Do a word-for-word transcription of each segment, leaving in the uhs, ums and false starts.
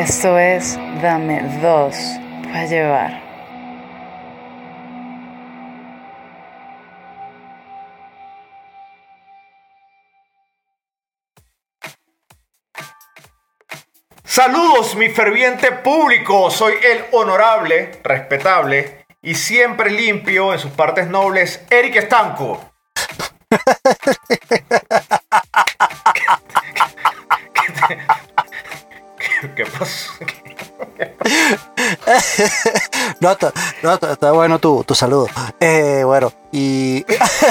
Esto es Dame Dos para Llevar. Saludos, mi ferviente público. Soy el honorable, respetable y siempre limpio en sus partes nobles, Eric Estanco. ¿Qué, qué pasó? No, está no, está bueno tu, tu saludo. Eh, bueno, y...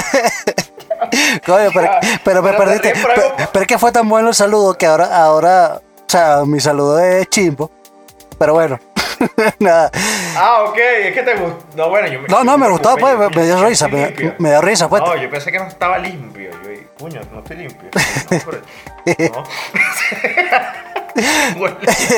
Coño, pero, pero me perdiste. Pero, pero es que fue tan bueno el saludo que ahora, ahora, o sea, mi saludo es chimbo. Pero bueno, nada. Ah, ok, es que te gustó. No, bueno, yo me. No, no, yo me gustó, pues, me, me dio yo risa, me, me dio risa, pues. No, yo pensé que no estaba limpio. Yo dije, coño, no estoy limpio. No, pero- no. Bueno,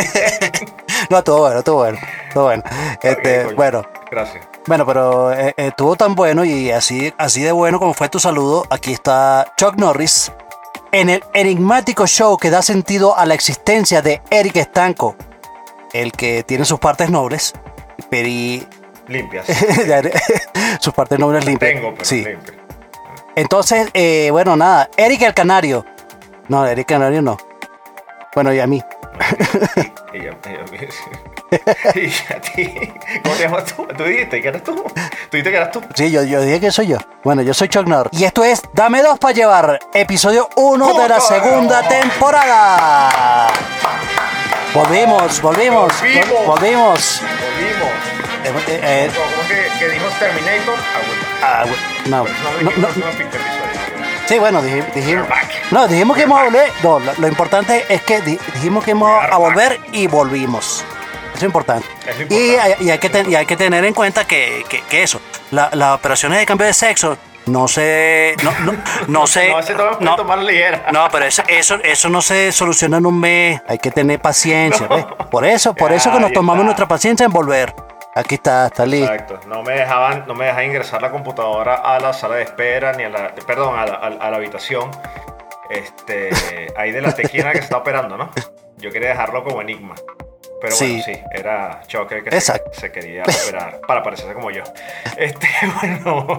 No, estuvo bueno, estuvo bueno, estuvo bueno. Este, coño. bueno, Gracias. bueno, pero eh, eh, estuvo tan bueno y así, así de bueno como fue tu saludo. Aquí está Chuck Norris en el enigmático show que da sentido a la existencia de Eric Estanco, el que tiene sus partes nobles, pero y... Limpias. sus partes nobles limpias. Tengo, pero Sí. limpias. Entonces, eh, bueno, nada, Eric el Canario. No, Eric Canario no. Bueno, y a mí. Y, ella, ella, y a ti. ¿Cómo te llamas tú? ¿Tú dijiste que eras tú? ¿Tú dijiste que eras tú? Sí, yo, yo dije que soy yo. Bueno, yo soy Chuck Norris. Y esto es Dame Dos para Llevar, episodio uno de la segunda temporada. Volvimos, volvimos, Volvimos. vol- volvimos. Volvimos. Eh, eh, eh, ¿Cómo es que, que dijo Terminator? ah, bu- no, No, no, no. no, episodio. Sí, bueno, dij- dijimos, We're back. no, dijimos que íbamos a volver. No, lo, lo importante es que di- dijimos que íbamos a volver y volvimos. Eso es importante. Es lo Y, importante. hay- y hay que ten- y hay que tener en cuenta que, que, que eso, la- las operaciones de cambio de sexo no se, no, no, no se, No, ese todo no, tomar ligera. no, pero eso, eso, eso no se soluciona en un mes. Hay que tener paciencia, ¿ves? Por eso, por eso que nos Ahí tomamos está. nuestra paciencia en volver. Aquí está, está listo. Exacto. No me dejaban, no me dejaban ingresar la computadora a la sala de espera ni a la, perdón, a la, a la- a la habitación. Este, ahí de la tequila que se está operando, ¿no? Yo quería dejarlo como enigma. Pero Sí. bueno, sí, era Choque que se, Exacto. se quería operar para parecerse como yo. Este, bueno,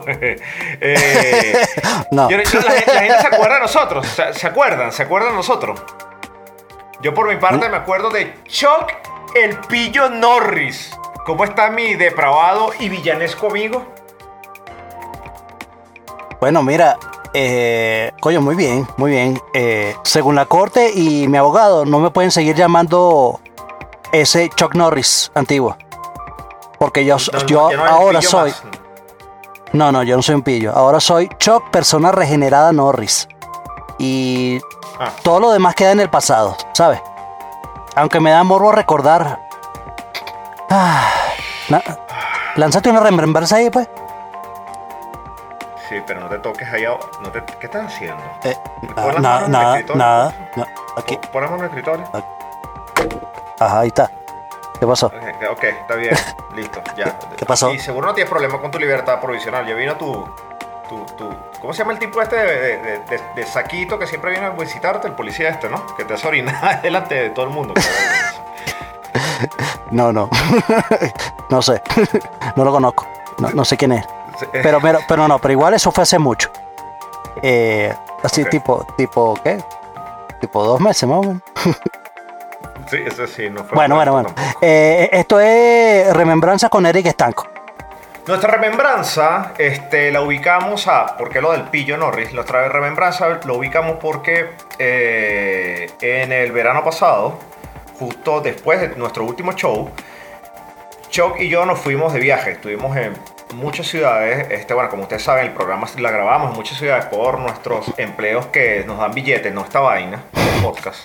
eh, No. yo- yo- la, gente- la gente se acuerda de nosotros, ¿se, se acuerdan? ¿Se acuerdan de nosotros? Yo por mi parte me acuerdo de Chuck el Pillo Norris. ¿Cómo está mi depravado y villanesco amigo? Bueno, mira, eh, coño, muy bien, muy bien. Eh, según la corte y mi abogado, no me pueden seguir llamando ese Chuck Norris antiguo. Porque yo, No, no, yo ya no eres ahora pillo soy... más. No, no, yo no soy un pillo. Ahora soy Chuck, persona regenerada Norris. Y Ah. todo lo demás queda en el pasado, ¿sabes? Aunque me da morbo recordar... Ah, na- lánzate una remembranza ahí, pues. Sí, pero no te toques ahí. a- No te, ¿Qué estás haciendo? Eh, Pon las nada, manos en el nada, escritorio. nada, na- Aquí, Pon las manos en el escritorio. ajá, ahí está. ¿Qué pasó? Ok, ok, está bien. Listo, ya. ¿Qué pasó? Y seguro no tienes problema con tu libertad provisional. Ya vino tu... tu, tu ¿Cómo se llama el tipo este de, de, de- de- de saquito que siempre viene a visitarte? El policía este, ¿no? Que te hace orinar delante de todo el mundo. No, no. No sé. No lo conozco. No, no sé quién es. Sí, Pero, pero, pero no, pero igual eso fue hace mucho. Eh, así Ok. tipo, tipo, ¿qué? Tipo dos meses más o menos. Sí, eso sí, no fue. Bueno, bueno, tanto bueno. tampoco. Eh, esto es Remembranza con Eric Estanco. Nuestra remembranza este, la ubicamos a... ¿Por qué lo del Pillo Norris? Nuestra remembranza lo ubicamos porque eh, en el verano pasado, justo después de nuestro último show, Chuck y yo nos fuimos de viaje. Estuvimos en muchas ciudades. Este, bueno, como ustedes saben, el programa la grabamos en muchas ciudades por nuestros empleos que nos dan billetes, no esta vaina, el podcast.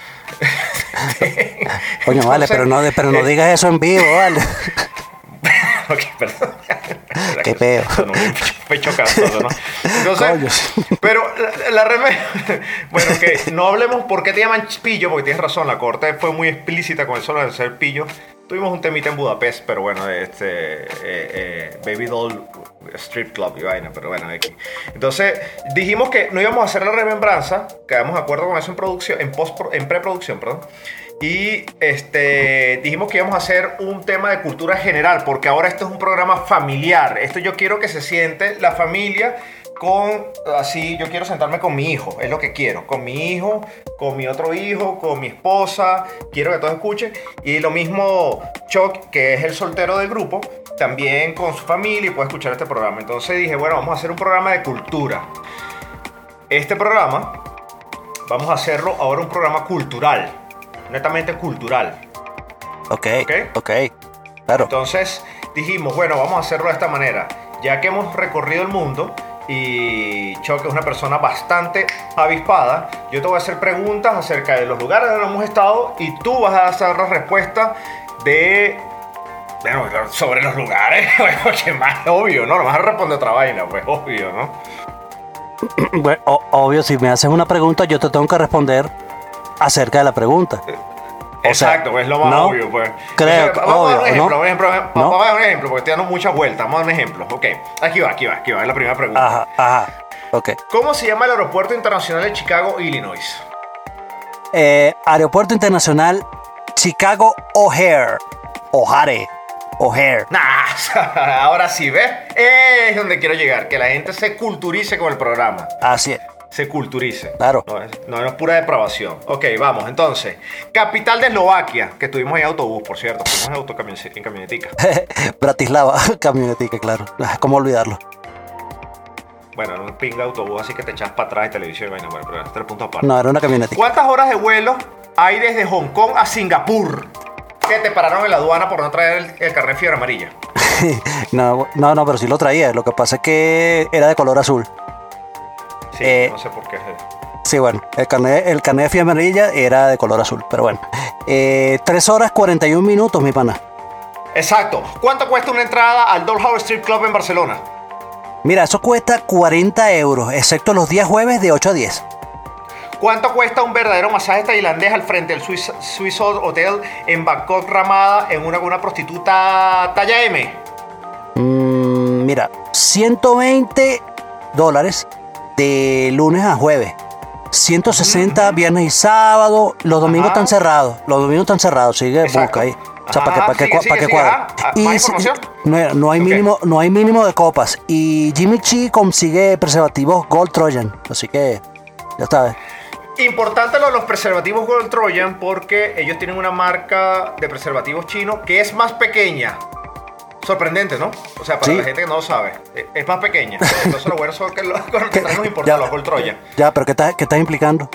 Coño, vale, Entonces, pero no, pero no eh, digas eso en vivo, vale. Ok, perdón. Qué peo. Sonó muy pecho castoso, ¿no? Entonces, Coño. pero la, la reme- Bueno, que no hablemos por qué te llaman pillo, porque tienes razón, la corte fue muy explícita con eso de ser pillo. Tuvimos un temita en Budapest, pero bueno, este... eh, eh, Baby Doll Strip Club y vaina, pero bueno, aquí. Entonces, dijimos que no íbamos a hacer la remembranza, quedamos de acuerdo con eso en producción, en, post, en preproducción, perdón. Y este, dijimos que íbamos a hacer un tema de cultura general, porque ahora esto es un programa familiar. Esto yo quiero que se siente la familia con, así, yo quiero sentarme con mi hijo, es lo que quiero, con mi hijo, con mi otro hijo, con mi esposa, quiero que todos escuchen. Y lo mismo Chuck, que es el soltero del grupo, también con su familia y puede escuchar este programa. Entonces dije, bueno, vamos a hacer un programa de cultura. Este programa, vamos a hacerlo ahora un programa cultural, netamente cultural. Ok, ok, ok, claro. Entonces dijimos, bueno, vamos a hacerlo de esta manera. Ya que hemos recorrido el mundo y Chuck es una persona bastante avispada, yo te voy a hacer preguntas acerca de los lugares donde hemos estado y tú vas a hacer la respuesta de... Bueno, sobre los lugares, que más obvio, ¿no? No vas a responder otra vaina, pues obvio, ¿no? Bueno, o- obvio, si me haces una pregunta, yo te tengo que responder acerca de la pregunta. Exacto, pues es lo más no, obvio, pues. creo Entonces, que vamos a dar un obvio, ejemplo, ¿no? un ejemplo, ¿No? vamos a dar un ejemplo, porque estoy dando muchas vueltas. Vamos a dar un ejemplo. Ok, aquí va, aquí va, aquí va, es la primera pregunta. Ajá, ajá, ok. ¿Cómo se llama el aeropuerto internacional de Chicago, Illinois? Eh, Aeropuerto Internacional Chicago O'Hare. O'Hare. O'Hare. Nah, ahora sí, ¿ves? Es donde quiero llegar, que la gente se culturice con el programa. Así es. Se culturice. Claro. No es, no, no es pura depravación. Ok, vamos, entonces. Capital de Eslovaquia, que estuvimos en autobús, por cierto. Estuvimos en, auto, en camionetica. Bratislava, camionetica, claro. ¿Cómo olvidarlo? Bueno, era un pinga autobús, así que te echas para atrás y televisión y vaina. Bueno, pero tres puntos aparte. No, era una camionetica. ¿Cuántas horas de vuelo hay desde Hong Kong a Singapur? Que te pararon en la aduana por no traer el, el carnet de fiebre amarilla. no, no, no, pero sí lo traía. Lo que pasa es que era de color azul. Sí, Eh, no sé por qué. Sí, bueno, el carnet, el carnet de fiebre amarilla era de color azul, pero bueno. Eh, tres horas cuarenta y un minutos, mi pana. Exacto. ¿Cuánto cuesta una entrada al Dollhouse Street Club en Barcelona? Mira, eso cuesta cuarenta euros, excepto los días jueves de ocho a diez. ¿Cuánto cuesta un verdadero masaje tailandés al frente del Swiss, Swiss Hotel en Bangkok, Ramada, en una, una prostituta talla M? Mm, mira, ciento veinte dólares de lunes a jueves. ciento sesenta Mm. viernes y sábado. Los domingos Ajá. están cerrados. Los domingos están cerrados. Sigue, Exacto. busca ahí. O sea, para que, Ajá, para que, sigue, cua- para sigue, que sigue. cuadre. Ah, ah, ¿más Y información? si- no, no hay Ok. mínimo, no hay mínimo de copas. Y Jimmy Chi consigue preservativos Gold Trojan. Así que, ya sabes. Importante lo de los preservativos Gold Trojan porque ellos tienen una marca de preservativos chinos que es más pequeña. Sorprendente, ¿no? O sea, para Sí. la gente que no lo sabe, eh, es más pequeña. Entonces lo bueno son que los que ¿Qué? traen los Ya. importados, los Gold Trojan. Ya, pero ¿qué estás, qué estás implicando?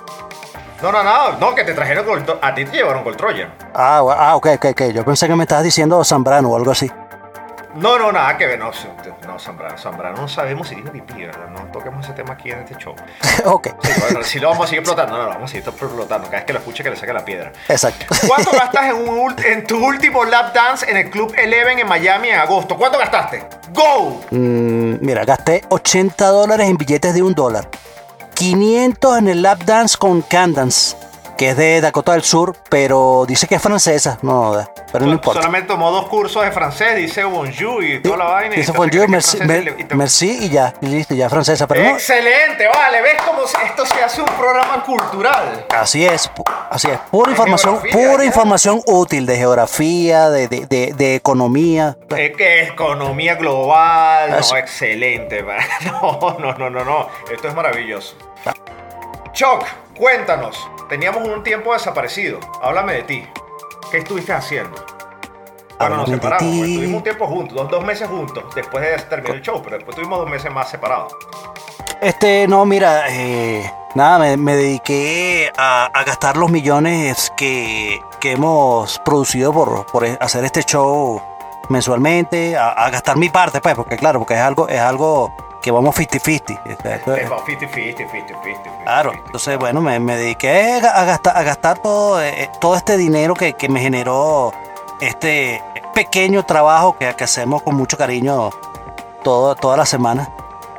No, no, no, no, que te trajeron Gold Tro- a ti te llevaron Gold Trojan. Ah, gua- ah, ok, ok, ok. Yo pensé que me estabas diciendo Zambrano o algo así. No, no, nada que ver, no, no, Zambrano, Zambrano no sabemos si tiene pipí, ¿verdad? No toquemos ese tema aquí en este show. Ok, Sí, bueno, si lo vamos a seguir explotando, no, no, vamos a seguir explotando, cada vez que lo escuche que le saque la piedra. exacto. ¿Cuánto gastas en, un ult- en tu último lap dance en el Club Eleven en Miami en agosto? ¿Cuánto gastaste? ¡Go! Mm, mira, gasté ochenta dólares en billetes de un dólar. quinientos en el lap dance con Candance, que es de Dakota del Sur, pero dice que es francesa. No, pero no importa. Solamente tomó dos cursos de francés, dice bonjour y toda la vaina. y Dice entonces bonjour, cree que es merci, francés y mer- le- y te- merci y ya, y listo, ya francesa. Pero no, Excelente, vale, ¿ves cómo se- esto se hace un programa cultural? así es, pu- así es. Pura De información, geografía, pura ya. información útil de geografía, de, de, de, de economía. Es que economía global, Eso. no, excelente, va. no, no, no, no, no, esto es maravilloso. Ah. Chuck, cuéntanos, teníamos un tiempo desaparecido, háblame de ti, ¿qué estuviste haciendo? Bueno, nos Háblame de separamos, ti. pues, estuvimos un tiempo juntos, dos, dos meses juntos, después de terminar el show, pero después tuvimos dos meses más separados. Este, no, mira, eh, nada, me, me dediqué a, a gastar los millones que, que hemos producido por, por hacer este show mensualmente, a, a gastar mi parte, pues, porque claro, porque es algo, es algo que vamos cincuenta cincuenta. O sea, esto es- Es about cincuenta cincuenta, cincuenta cincuenta. Claro, entonces bueno, me, me dediqué a gastar, a gastar todo, eh, todo este dinero que, que me generó este pequeño trabajo que, que hacemos con mucho cariño todo, toda la semana.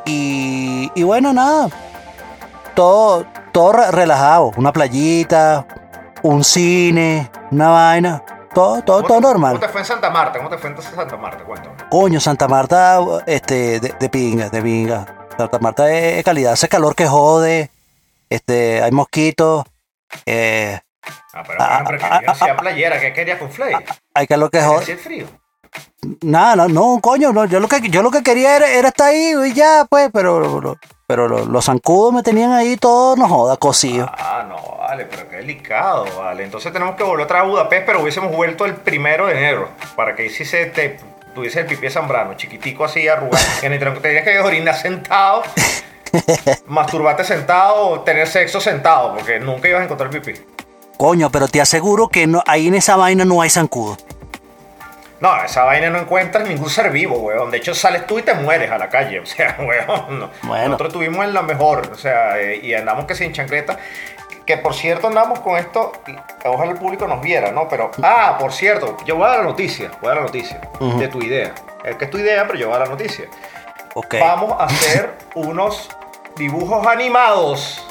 Y, y bueno, nada, todo, todo re- relajado, una playita, un cine, una vaina, todo, todo, ¿Cómo todo te- normal. ¿Cómo te fue en Santa Marta? ¿Cómo te fue en Santa Marta? Cuéntame. Coño, Santa Marta, este, de, de pinga, de pinga. Santa Marta es calidad, hace calor que jode, este, hay mosquitos, eh, Ah, pero bueno, pero que yo no hacía playera, ¿qué querías con Flay? Hay que lo que joder. ¿Hacía el frío? Nada, no, no, coño, no, yo lo que yo lo que quería era, era estar ahí y ya, pues, pero, pero, pero los, los zancudos me tenían ahí todo, no joda, cosido. Ah, no, vale, pero qué delicado, vale. Entonces tenemos que volver otra vez a Budapest, pero hubiésemos vuelto el primero de enero, para que ahí sí se te tuviese el pipí de Zambrano, chiquitico así, arrugado, que ni te tenías que orinar sentado, masturbarte sentado, tener sexo sentado, porque nunca ibas a encontrar el pipí. Coño, pero te aseguro que no, ahí en esa vaina no hay zancudo. No, esa vaina no encuentras ningún ser vivo, weón. De hecho, sales tú y te mueres a la calle. O sea, weón. No. Bueno. Nosotros tuvimos en la mejor. O sea, eh, y andamos que sin chancleta. Que por cierto, andamos con esto. Ojalá el público nos viera, ¿no? Pero, ah, por cierto, yo voy a dar la noticia. Voy a dar la noticia uh-huh. de tu idea. Es que es tu idea, pero yo voy a dar la noticia. Okay. Vamos a hacer unos dibujos animados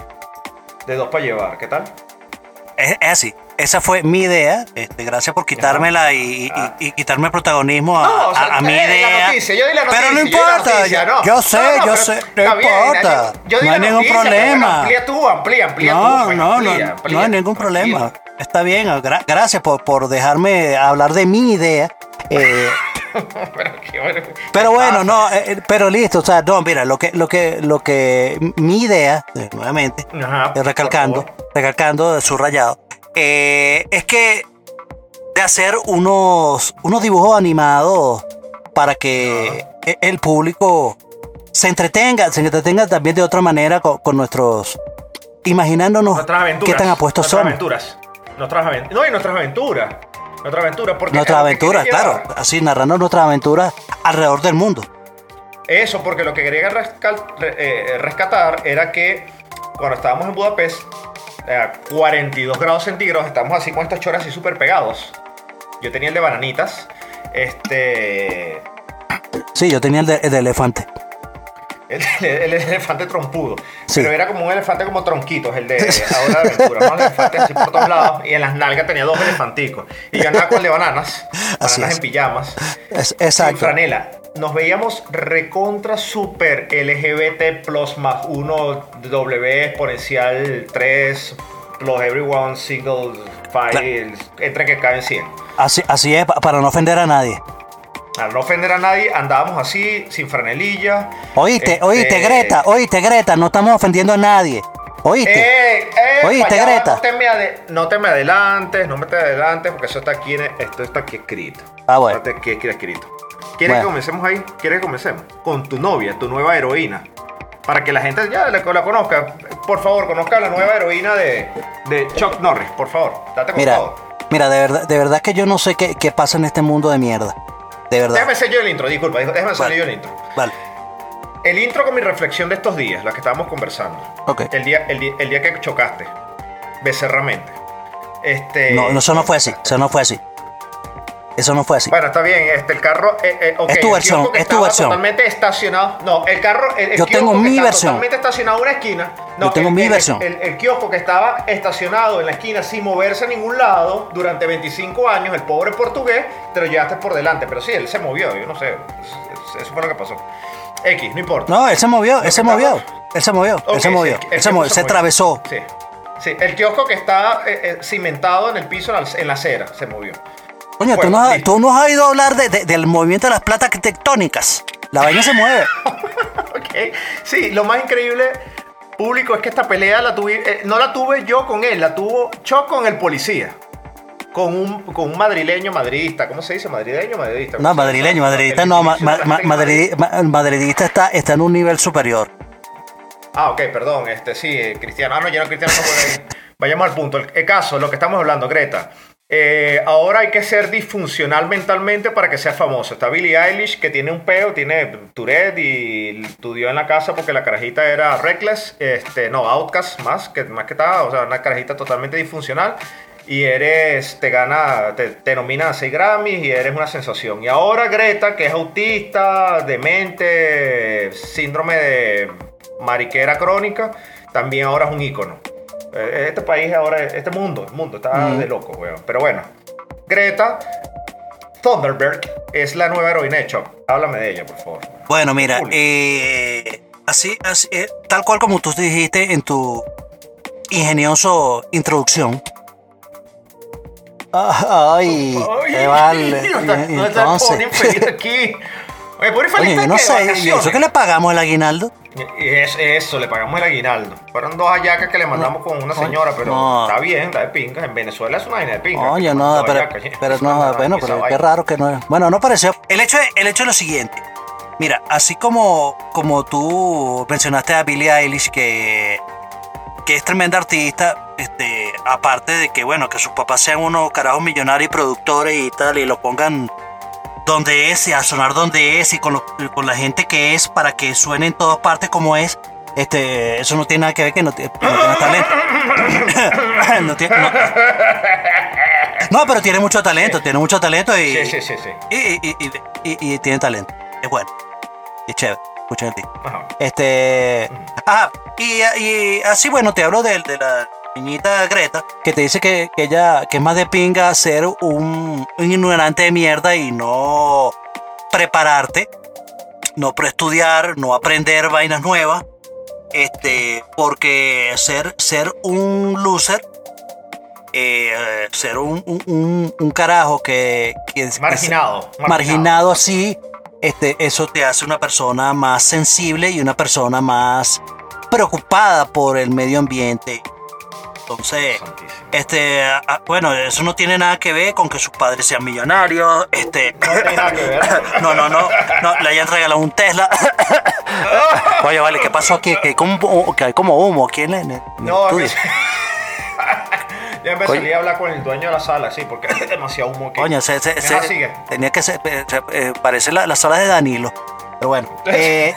de Dos para Llevar. ¿Qué tal? Es, es así. Esa fue mi idea. Este, gracias por quitármela y, ah. y, y quitarme el protagonismo a, no, o sea, a, a mi idea. La noticia, yo di la noticia, pero no yo importa. Noticia, yo, no. yo sé, no, no, yo sé. No bien, importa. Yo, yo di no hay la ningún noticia, problema. Bueno, amplía tú, amplía, amplía no, tú. Pues, no, amplía, no, amplía, no hay ningún tranquilo. problema. Está bien. Gra- gracias por, por dejarme hablar de mi idea. Eh, pero, qué bueno, pero bueno, no, eh, pero listo, o sea, no, mira, lo que, lo que, lo que, mi idea, eh, nuevamente, Ajá, eh, recalcando, recalcando, subrayado, eh, es que de hacer unos, unos dibujos animados para que no. el público se entretenga, se entretenga también de otra manera con, con nuestros, imaginándonos qué tan apuestos somos. Aventuras, nuestras aventuras, no, y nuestras aventuras. Nuestra aventura, porque nuestra aventura, claro, llevar, así narrando nuestras aventuras alrededor del mundo. Eso, porque lo que quería rescal, eh, rescatar era que cuando estábamos en Budapest, a cuarenta y dos grados centígrados, estábamos así con estos choras así súper pegados. Yo tenía el de bananitas, este... Sí, yo tenía el de, el de elefante. El, el, el elefante trompudo. Sí. Pero era como un elefante como tronquitos, el de Ahora de Aventura, ¿no? El elefante así por todos lados. Y en las nalgas tenía dos elefanticos. Y yo andaba con el de bananas, bananas en pijamas. Es, exacto. Sin franela. Nos veíamos recontra super L G B T plus más uno W exponencial tres plus everyone single file entre que caben cien. Así, así es, para no ofender a nadie. Al no ofender a nadie, andábamos así, sin franelilla. Oíste, este... oíste, Greta, oíste, Greta, no estamos ofendiendo a nadie. ¿Oíste? Eh, eh, ¿Oíste, Greta? No te, me ade- no te me adelantes, no me te adelantes, porque eso está aquí, en, esto está aquí escrito. Ah, bueno. Está aquí, aquí escrito. ¿Quieres bueno. que comencemos ahí? ¿Quieres que comencemos? Con tu novia, tu nueva heroína. Para que la gente ya la, la conozca. Por favor, conozca a la nueva heroína de, de Chuck Norris, por favor. Date con mira, todo. Mira, de verdad, de verdad que yo no sé qué, qué pasa en este mundo de mierda. De verdad. Déjame hacer yo el intro, disculpa, déjame hacer vale. yo el intro. Vale. El intro con mi reflexión de estos días, la que estábamos conversando. Okay. El día, el día, el día que chocaste, becerramente. Este, no, no, eso no fue así, eso no fue así. Eso no fue así. Bueno, está bien, este, el carro, eh, eh, okay, es tu versión, es tu versión. Totalmente estacionado. No, el carro, el, el yo tengo mi versión. Totalmente estacionado en una esquina. No, yo tengo el, mi el, versión. El, el, el kiosco que estaba estacionado en la esquina sin moverse a ningún lado durante veinticinco años, el pobre portugués, te lo llevaste por delante. Pero sí, él se movió, yo no sé. Eso fue lo que pasó. X, no importa. No, él se movió, él se movió. Él se movió, él se movió. Él se movió, se atravesó. Sí. Sí, el kiosco que está eh, eh, cimentado en el piso, en la acera, se movió. Coño, bueno, tú, no has, tú no has oído hablar de, de, del movimiento de las placas tectónicas. La vaina se mueve. Ok. Sí, lo más increíble, público, es que esta pelea la tuve, eh, no la tuve yo con él, la tuvo Choc con el policía. Con un, con un madrileño madridista. ¿Cómo se dice? ¿Madrileño o madridista? No, madrileño, madridista no. Ma, ma, ma, madrid, ma, madridista está, está en un nivel superior. Ah, ok, perdón. Este, sí, Cristiano. Ah, no, ya no, Cristiano no puede. Vayamos al punto. El, el caso, lo que estamos hablando, Greta. Eh, ahora hay que ser disfuncional mentalmente para que sea famoso. Está Billie Eilish, que tiene un peo, tiene Tourette y estudió en la casa porque la carajita era reckless, este, no, outcast más que, más que nada, o sea, una carajita totalmente disfuncional. Y eres, te gana, te, te nominan a seis Grammys y eres una sensación. Y ahora Greta, que es autista, demente, síndrome de mariquera crónica, también ahora es un ícono. Este país ahora, este mundo, el mundo está mm. de loco, weón. Pero bueno, Greta Thunberg es la nueva heroína de Choc. Háblame de ella, por favor. Bueno, mira, eh, así, así eh, tal cual como tú dijiste en tu ingenioso introducción, Ay, qué vale. No está, no está el pobre infeliz aquí. Oye, pobre infeliz Oye, está yo no aquí de sé, ¿y vacaciones. eso que le pagamos el aguinaldo? Y es eso, le pagamos el aguinaldo. Fueron dos hallacas que le mandamos con una señora, pero no. está bien, la de pinga. En Venezuela es una vaina de pinga. Oye, que no, dos pero, hallacas, pero eso no, no, bueno, esa pero qué vaina. raro que no. Bueno, no pareció. El hecho, es, el hecho es lo siguiente. Mira, así como, como tú mencionaste a Billie Eilish, que, que es tremenda artista, este, aparte de que, bueno, que sus papás sean unos carajos millonarios y productores y tal, y lo pongan donde es y a sonar donde es y con, lo, con la gente que es para que suene en todas partes como es. Este, eso no tiene nada que ver que no, que no tiene talento. no, tiene, no. no, pero tiene mucho talento, tiene mucho talento y, Sí, sí, sí, sí. y, y, y, y, y tiene talento. Es bueno. Es chévere. Escuchen el tipo. Ajá. Este. Ajá. Y, y así, bueno, te hablo de, de la niñita Greta, que te dice que, que ella, que es más de pinga ser un, un ignorante de mierda y no prepararte, no preestudiar, no aprender vainas nuevas. Este, porque ser, ser un loser, eh, ser un, un, un, un carajo que, que Marginado, es, marginado. marginado así, este, eso te hace una persona más sensible y una persona más preocupada por el medio ambiente. Entonces, Santísimo. este, ah, bueno, eso no tiene nada que ver con que sus padres sean millonarios, este, No tiene nada que ver. no, no, no, no, le hayan regalado un Tesla. Oye, vale, ¿qué pasó aquí? Que hay como, que hay como humo aquí en el, en el No, estudio. es ya me Coño. salí a hablar con el dueño de la sala, sí, porque es demasiado humo aquí. Coño, se, se, Ajá, se- sigue. tenía que ser, eh, se- eh, parece la, la sala de Danilo. Pero bueno. Eh,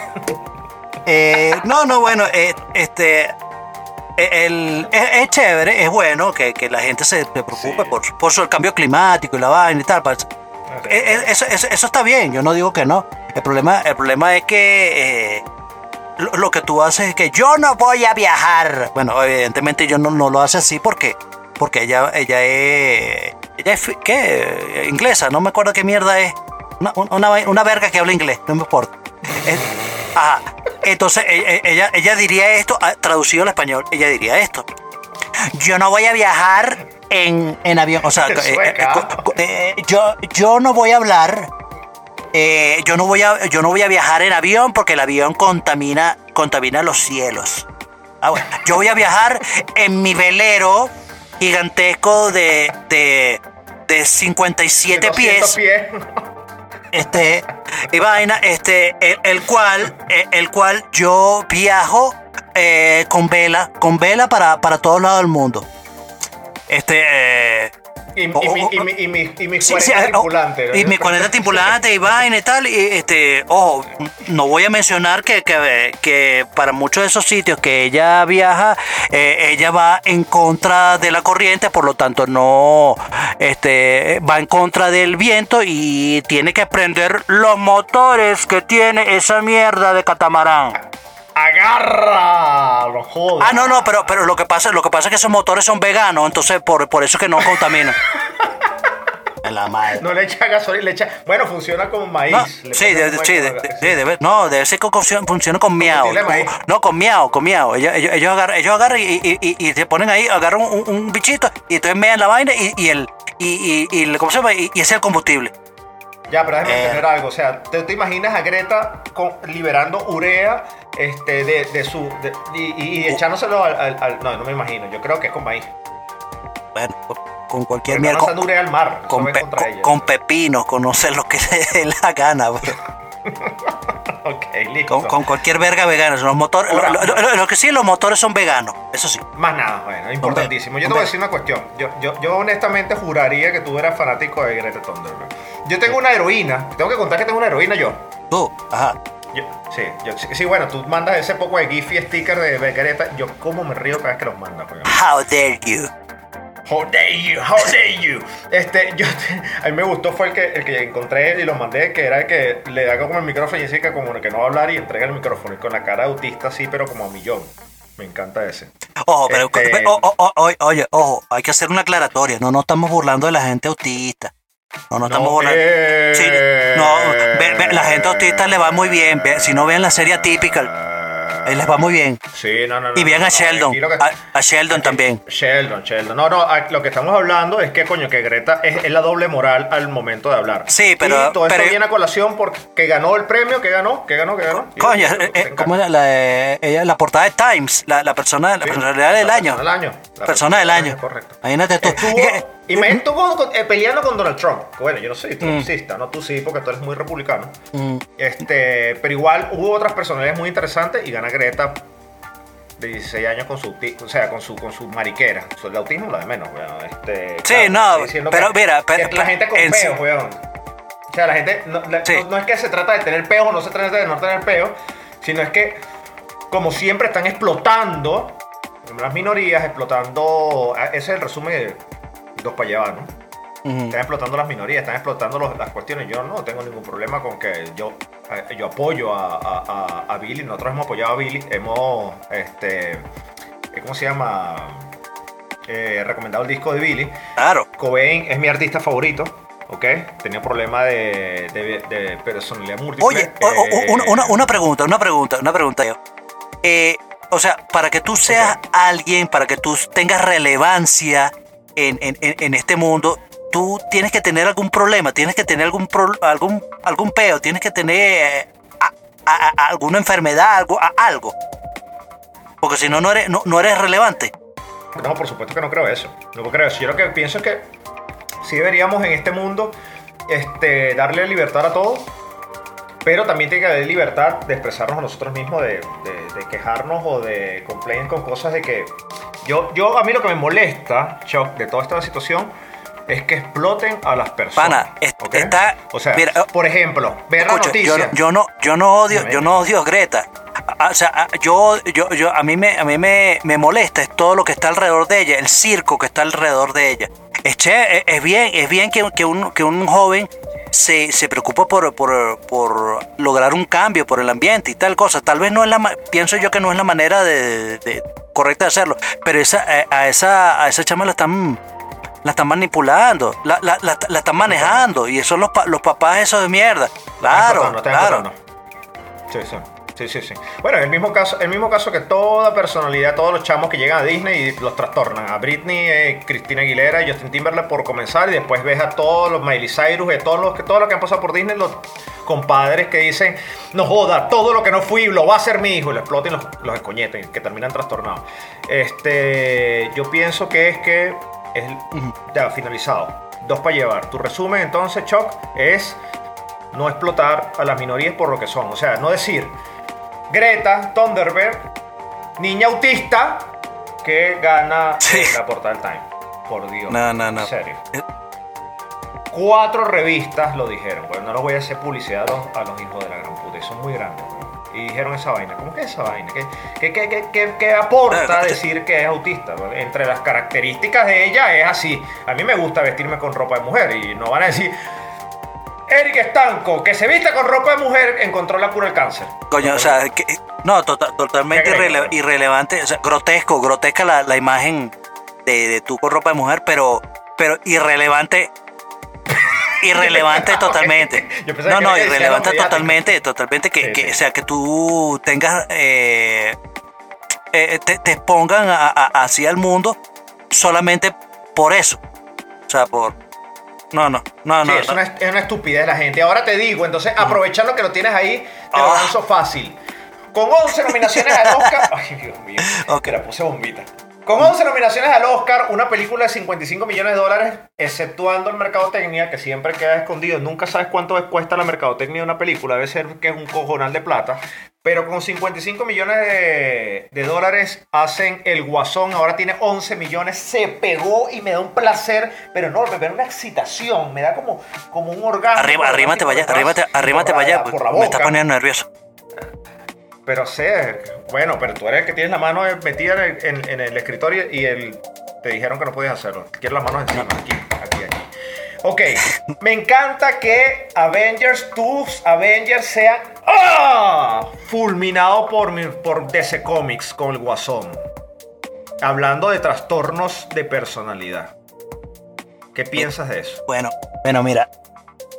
eh, no, no, bueno, eh, este. eh, El, es, es chévere, es bueno que, que la gente se, se preocupe Sí. por, por su- el cambio climático y la vaina y tal. pa- Eh, eh, Eso, eso, eso está bien, yo no digo que no. El problema, el problema es que eh, lo, lo que tú haces es que yo no voy a viajar. Bueno, evidentemente yo no, no lo hace así porque, porque ella, ella es, ella es, ¿qué? Inglesa, no me acuerdo qué mierda es. Una, una, una verga que habla inglés, no me importa. Es- ajá. Entonces ella, ella, ella diría esto, ah, traducido al español, ella diría esto. Yo no voy a viajar en, en avión, o sea, eh, eh, Sueca. co- co- eh, yo, yo no voy a hablar, eh, yo no voy a, yo no voy a viajar en avión porque el avión contamina, contamina los cielos. Ah, bueno, yo voy a viajar en mi velero gigantesco de, de, de cincuenta y siete doscientos pies. Este, y vaina, este, el, el cual, el, el cual yo viajo eh, con vela, con vela para, para todos lados del mundo. Este, eh, Y, y, Oh, mi- oh, y, mi- y, mi- y mis sí, cuarenta sí, oh, tripulantes. y mi cuarenta tripulantes y vaina y tal, y este, ojo, no voy a mencionar que, que, que para muchos de esos sitios que ella viaja, eh, ella va en contra de la corriente, por lo tanto no, este, va en contra del viento y tiene que prender los motores que tiene esa mierda de catamarán. ¡Agarra! ¡No jodas! Ah, no, no, pero, pero lo que pasa, lo que pasa es que esos motores son veganos, entonces por, por eso es que no contaminan. En la madre. No le echa gasolina, le echa... Bueno, funciona como maíz. No, Le sí, ponen de- un de- maíz sí, como de- la- de- sí. sí, debe- no, debe ser que funciona, funciona con miau. Combustible de maíz. No, con miau, con miau. Ellos, ellos, ellos agarran, ellos agarran y, y, y, y se ponen ahí, agarran un, un bichito y entonces mean la vaina y, y el y, y, y, ¿cómo se llama? Y, y ese es el combustible. Ya, pero déjame Eh. entender algo. O sea, ¿te, te imaginas a Greta con- liberando urea este, de, de su... de- y, y- y echándoselo al, al- al- No, no me imagino. Yo creo que es con maíz. Bueno, con, con cualquier Porque mierda. no Con, lanzando urea al mar. Eso con, va pe- contra con- ella. con pepinos, conocer lo que le dé la gana. bro. Ok, listo. Con, con cualquier verga vegana. Los motores, lo, Ahora- lo- lo- lo que sí, los motores son veganos. Eso sí. Más nada, bueno, importantísimo. Yo te hombre. voy a decir una cuestión. Yo, yo, yo honestamente juraría que tú eras fanático de Greta Thunberg. Yo tengo una heroína. Tengo que contar que tengo una heroína yo. Tú, ajá. Yo- sí, yo, sí, sí, bueno, tú mandas ese poco de GIF y sticker de, de Greta. Yo como me río cada vez que los mandas, weón. How dare you. How dare you, how dare you. Este, yo, a mí me gustó fue el que, el que encontré y lo mandé, que era el que le da como el micrófono y dice que como que no va a hablar y entrega el micrófono y con la cara de autista así, pero como a millón. Me encanta ese. Ojo, pero, Este- pero- o- o- o- oye, ojo, hay que hacer una aclaratoria. No nos estamos burlando de la gente autista. No nos estamos No, burlando. eh. Sí, no, ve- ve, la gente autista le va muy bien. Ve- si no vean la serie Atypical. Ahí les va muy bien. Sí, no, no, no. Y bien no, a no, Sheldon. aquí lo que- A, a Sheldon aquí- también. Sheldon, Sheldon. No, no, a- lo que estamos hablando es que, coño, que Greta es, es la doble moral al momento de hablar. Sí, pero- Y todo pero- eso viene a colación porque ganó el premio, que ganó, que ganó, que ganó. Y- Coño, y- eh, eh, ¿cómo era la, eh, ella, la portada de Times? La, la persona, la Sí, personalidad del la año. persona del año. La Persona del año. Correcto. Imagínate tú. Estuvo, Y que- y me estuvo con- eh, peleando con Donald Trump. Que bueno, yo no soy trumpista, no tú sí, porque tú eres muy republicano. Mm. Este, pero igual hubo otras personalidades muy interesantes y gana Greta de dieciséis años con su, ti- o sea, con su, con su mariquera. El autismo la de menos, weón. Este, Sí, claro, no, estoy diciendo pero que- mira, que pero- la gente con en sí- peos, weón. O sea, la gente, no, la- Sí. no, no es que se trata de tener peos o no se trata de no tener peos, sino es que, como siempre, están explotando las minorías, explotando. Ese es el resumen de dos para llevar, ¿no? Ujú. Están explotando las minorías, están explotando los- las cuestiones. Yo no tengo ningún problema con que yo, eh, yo apoyo a, a, a- a Billy. Nosotros hemos apoyado a Billy. Hemos, este, eh, ¿cómo se llama? Eh, recomendado el disco de Billy. Claro. Cobain es mi artista favorito. ¿Ok? Tenía problema de, de, de personalidad múltiple. Oye, o- o- eh, una, una- una pregunta, una pregunta, una pregunta yo. Eh, o sea, para que tú seas Ok. alguien, para que tú tengas relevancia en, en- en- en este mundo, tú tienes que tener algún problema, tienes que tener algún pro- algún algún peo, tienes que tener eh, a- a- a- alguna enfermedad, algo, a- algo. Porque si no, no eres, no, no eres relevante. No, por supuesto que no creo eso. No creo eso. Yo lo que pienso es que sí deberíamos en este mundo este, darle libertad a todos, pero también tiene que haber libertad de expresarnos a nosotros mismos, de, de- de quejarnos o de complain con cosas de que... Yo, yo, a mí lo que me molesta, Chuck, de toda esta situación es que exploten a las personas. Pana, est- ¿ok? está- O sea, mira, por ejemplo, ver la Escucha, yo, noticia. no- yo no, yo no odio, Dime. yo no odio a Greta. A- a- O sea, a- yo, yo, yo, a mí me, a mí me, me molesta es todo lo que está alrededor de ella, el circo que está alrededor de ella. Es, che- es, es bien, es bien que, que un, que un joven se, se preocupa por, por, por lograr un cambio por el ambiente y tal cosa. Tal vez no es la, ma- pienso yo que no es la manera de, de- correcta de hacerlo, pero esa, a, a esa, a esa chama la están, la están manipulando, la, la, la, la están manejando y esos son los, pa- los papás esos de mierda. Claro, No, están claro. explotando. Sí, sí. Sí, sí, sí. Bueno, el mismo caso, el mismo caso que toda personalidad, todos los chamos que llegan a Disney y los trastornan. A Britney, eh, Christina Aguilera y Justin Timberlake por comenzar, y después ves a todos los Miley Cyrus, y todos los que todos los que han pasado por Disney, los compadres que dicen, no joda, todo lo que no fui lo va a hacer mi hijo, y lo explotan y los, los escoñeten, que terminan trastornados. Este, yo pienso que es que es ya finalizado. Dos para llevar. Tu resumen entonces, Chuck, es no explotar a las minorías por lo que son. O sea, no decir Greta Thunberg, niña autista que gana Sí. eh, la portada del Time. Por Dios. No, no, no. En serio. Eh, Cuatro revistas lo dijeron. Bueno, no los voy a hacer publicidad a los, a los hijos de la gran puta. y Son muy grandes. weón. Y dijeron esa vaina. ¿Cómo que esa vaina? ¿Qué, qué, qué, qué, qué- qué aporta Ah, decir que es autista? weón? Entre las características de ella es así. A mí me gusta vestirme con ropa de mujer. Y no van a decir... Eric Estanco, que se viste con ropa de mujer, encontró la cura del cáncer. Coño, o sea, que- no, tota- totalmente ¿Qué crees, irrele- güey? irrelevante, o sea, grotesco, grotesca la, la imagen de, de tú con ropa de mujer, pero, pero irrelevante, irrelevante totalmente. Yo pensaba No, que no, era que decía irrelevante lo mediático. totalmente, totalmente que, Sí, que sí. o sea, que tú tengas, eh, eh, te, te expongan a- a- así al mundo solamente por eso, o sea, por, no, no, no, Sí, no, es, no. una, es una estupidez la gente. Ahora te digo, entonces aprovechando que lo tienes ahí, te lo Ah. lanzo fácil. Con once nominaciones al Oscar. Ay, Dios mío. Ok. Que la puse bombita. Con once nominaciones al Oscar, una película de cincuenta y cinco millones de dólares, exceptuando el mercadotecnia, que siempre queda escondido. Nunca sabes cuánto cuesta la mercadotecnia de una película. Debe ser que es un cojonal de plata. Pero con cincuenta y cinco millones de, de dólares hacen El Guasón. Ahora tiene once millones. Se pegó y me da un placer, pero enorme. Me da una excitación. Me da como, como un orgasmo. Arriba, arrímate para allá, Por arrímate, la- arrímate por para la- allá, por porque la me estás boca. poniendo nervioso. Pero sé, bueno, pero tú eres el que tienes la mano metida en el, en- en el escritorio y el, te dijeron que no podías hacerlo. Quieres las manos encima, aquí, aquí, aquí. Ok, me encanta que Avengers, tus Avengers sean ¡ah! fulminados por, mi- por D C Comics con el Guasón. Hablando de trastornos de personalidad. ¿Qué piensas de eso? Bueno, bueno, mira,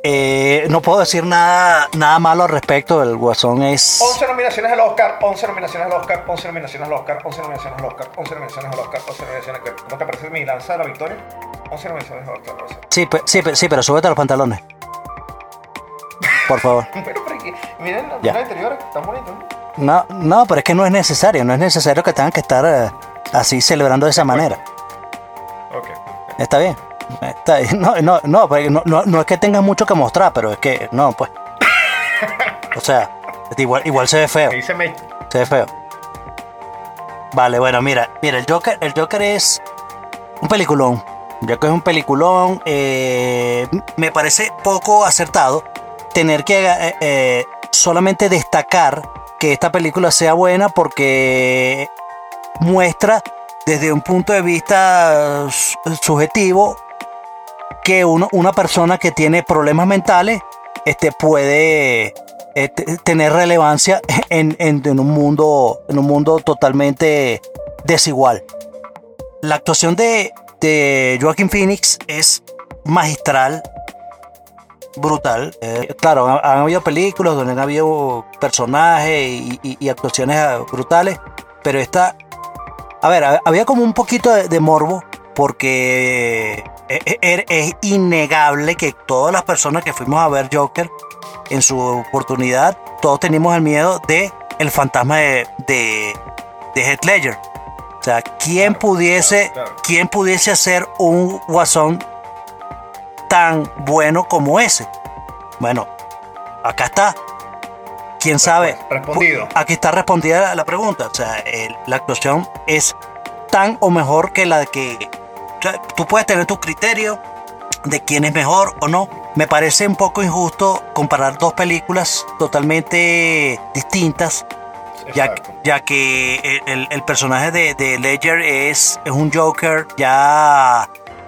Eh, no puedo decir nada, nada malo al respecto. El Guasón es... once nominaciones al Oscar, once nominaciones al Oscar, once nominaciones al Oscar, once nominaciones al Oscar, once nominaciones al Oscar, once nominaciones al Oscar. ¿Cómo te parece mi lanza de la victoria? once nominaciones al Oscar. Sí, pe- sí, pe- sí, pero súbete los pantalones. Por favor. Pero, pero, miren los Ya. interiores, están bonitos, ¿no? No, no, pero es que no es necesario. No es necesario que tengan que estar eh, así celebrando de esa manera. Ok. Está bien. Está bien. No, no, no, porque no, no, no es que tengas mucho que mostrar, pero es que no, pues. O sea, igual, igual se ve feo. ¿Qué dice May? Se ve feo. Vale, bueno, mira, mira, el Joker, el Joker es un peliculón. El Joker es un peliculón. eh, me parece poco acertado tener que eh, eh, solamente destacar que esta película sea buena porque muestra desde un punto de vista su- subjetivo que uno, una persona que tiene problemas mentales este, puede eh, t- tener relevancia en, en- en un mundo, en un mundo totalmente desigual. La actuación de, de Joaquin Phoenix es magistral, brutal. Eh, claro, han, han habido películas donde han habido personajes y, y- y actuaciones ah, brutales, pero esta, a ver, ha- había como un poquito de, de morbo porque es, es- es innegable que todas las personas que fuimos a ver Joker en su oportunidad, todos teníamos el miedo de el fantasma de, de, de Heath Ledger. O sea, ¿quién Claro, pudiese, claro, claro. quién pudiese hacer un guasón tan bueno como ese? Bueno, acá está. ¿Quién sabe? respondido. Aquí está respondida la, la pregunta. O sea, el- la actuación es tan o mejor que la que... O sea, tú puedes tener tu criterio de quién es mejor o no. Me parece un poco injusto comparar dos películas totalmente distintas, ya, Exacto. ya que el, el- el personaje de, de Ledger es, es un Joker ya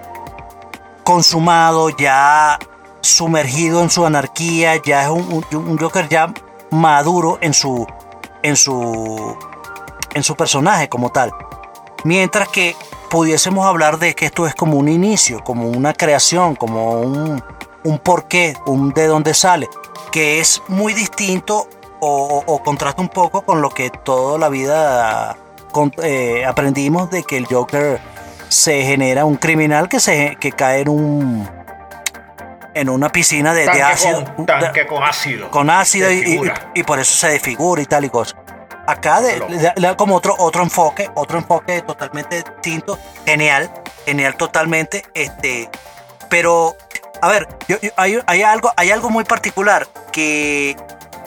consumado, ya sumergido en su anarquía, ya es un, un- un Joker ya maduro en su, en su, en su personaje como tal. Mientras que pudiésemos hablar de que esto es como un inicio, como una creación, como un, un porqué, un de dónde sale, que es muy distinto o, o- o contrasta un poco con lo que toda la vida con- eh, aprendimos de que el Joker se genera un criminal que se que cae en un en una piscina de, de Tanque ácido con, tanque con ácido. con ácido Se y, y- figura. y por eso se desfigura y tal y cosa. Acá de- Loco. le da- le da como otro otro enfoque, otro enfoque totalmente distinto, genial, genial totalmente, este, pero a ver, yo- yo- hay, hay algo hay algo muy particular que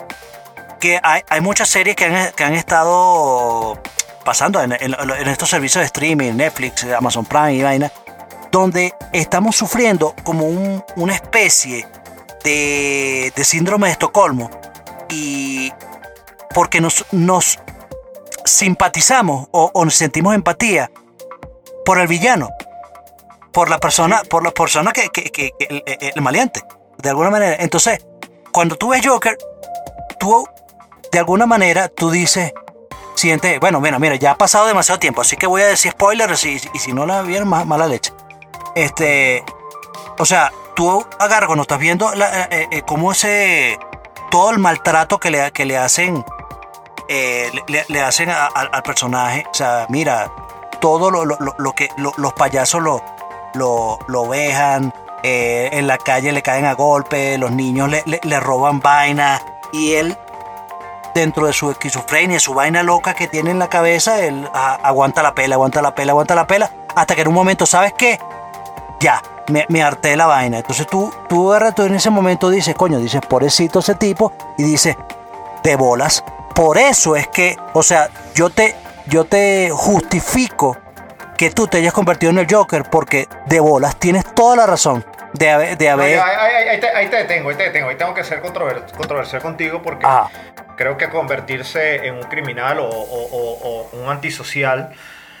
que hay, hay muchas series que han, que han estado pasando en, en- en estos servicios de streaming, Netflix, Amazon Prime y vaina, donde estamos sufriendo como un- una especie de, de síndrome de Estocolmo y porque nos, nos simpatizamos o, o nos sentimos empatía por el villano, por la persona, por la persona que, que- que- que- el, el- el maleante, de alguna manera. Entonces, cuando tú ves Joker, tú de alguna manera tú dices, sientes, bueno, mira, mira, ya ha pasado demasiado tiempo, así que voy a decir spoilers y, y si no la vieron, más mala leche. Este, o sea, tú agarras cuando estás viendo la, eh, eh, cómo ese, todo el maltrato que le, que le hacen, eh, le, le hacen a- a- al personaje, o sea, mira, todo lo, lo- lo- lo que lo- los payasos lo, lo, lo vejan, eh, en la calle le caen a golpe, los niños le, le- le roban vainas y él, dentro de su esquizofrenia, su vaina loca que tiene en la cabeza, él a- aguanta la pela, aguanta la pela, aguanta la pela, hasta que en un momento, ¿sabes qué? Ya, me, me harté de la vaina. Entonces tú, tú, agarras, tú en ese momento dices, coño, dices, pobrecito ese tipo, y dices, de bolas. Por eso es que, o sea, yo te, yo te justifico que tú te hayas convertido en el Joker, porque de bolas tienes toda la razón de haber... De haber No, ya, ahí, ahí- ahí te, ahí te detengo, ahí te detengo. Ahí tengo que ser controver- controversial contigo porque Ajá. creo que convertirse en un criminal o, o- o- o un antisocial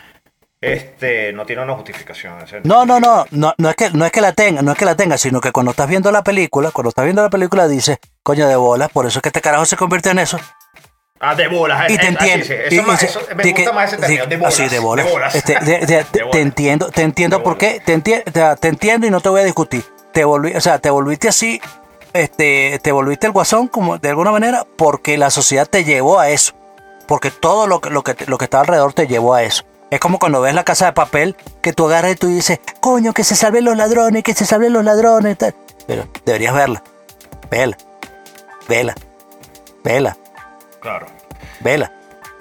este, no tiene una justificación. Ese- No, no, no, no, no es que no es que la tenga, no es que la tenga, sino que cuando estás viendo la película, cuando estás viendo la película dices, coño de bolas, por eso es que este carajo se convirtió en eso. Ah, de bolas. Y eh, te eh, entiendo. así, sí, y- eso más- y- eso- me de gusta que- más ese término, sí, de bolas. así, de bolas. De bolas. Este, de- de- De te, bolas. te entiendo, te entiendo De por qué, te, enti- te, te entiendo y no te voy a discutir. Te volví, o sea, te volviste así este, te volviste el guasón como de alguna manera porque la sociedad te llevó a eso. Porque todo lo que, lo que, lo que está alrededor te llevó a eso. Es como cuando ves La Casa de Papel, que tú agarras y tú dices, coño, que se salven los ladrones, que se salven los ladrones. Tal. Pero deberías verla. Vela. Vela. Vela. Claro. Vela.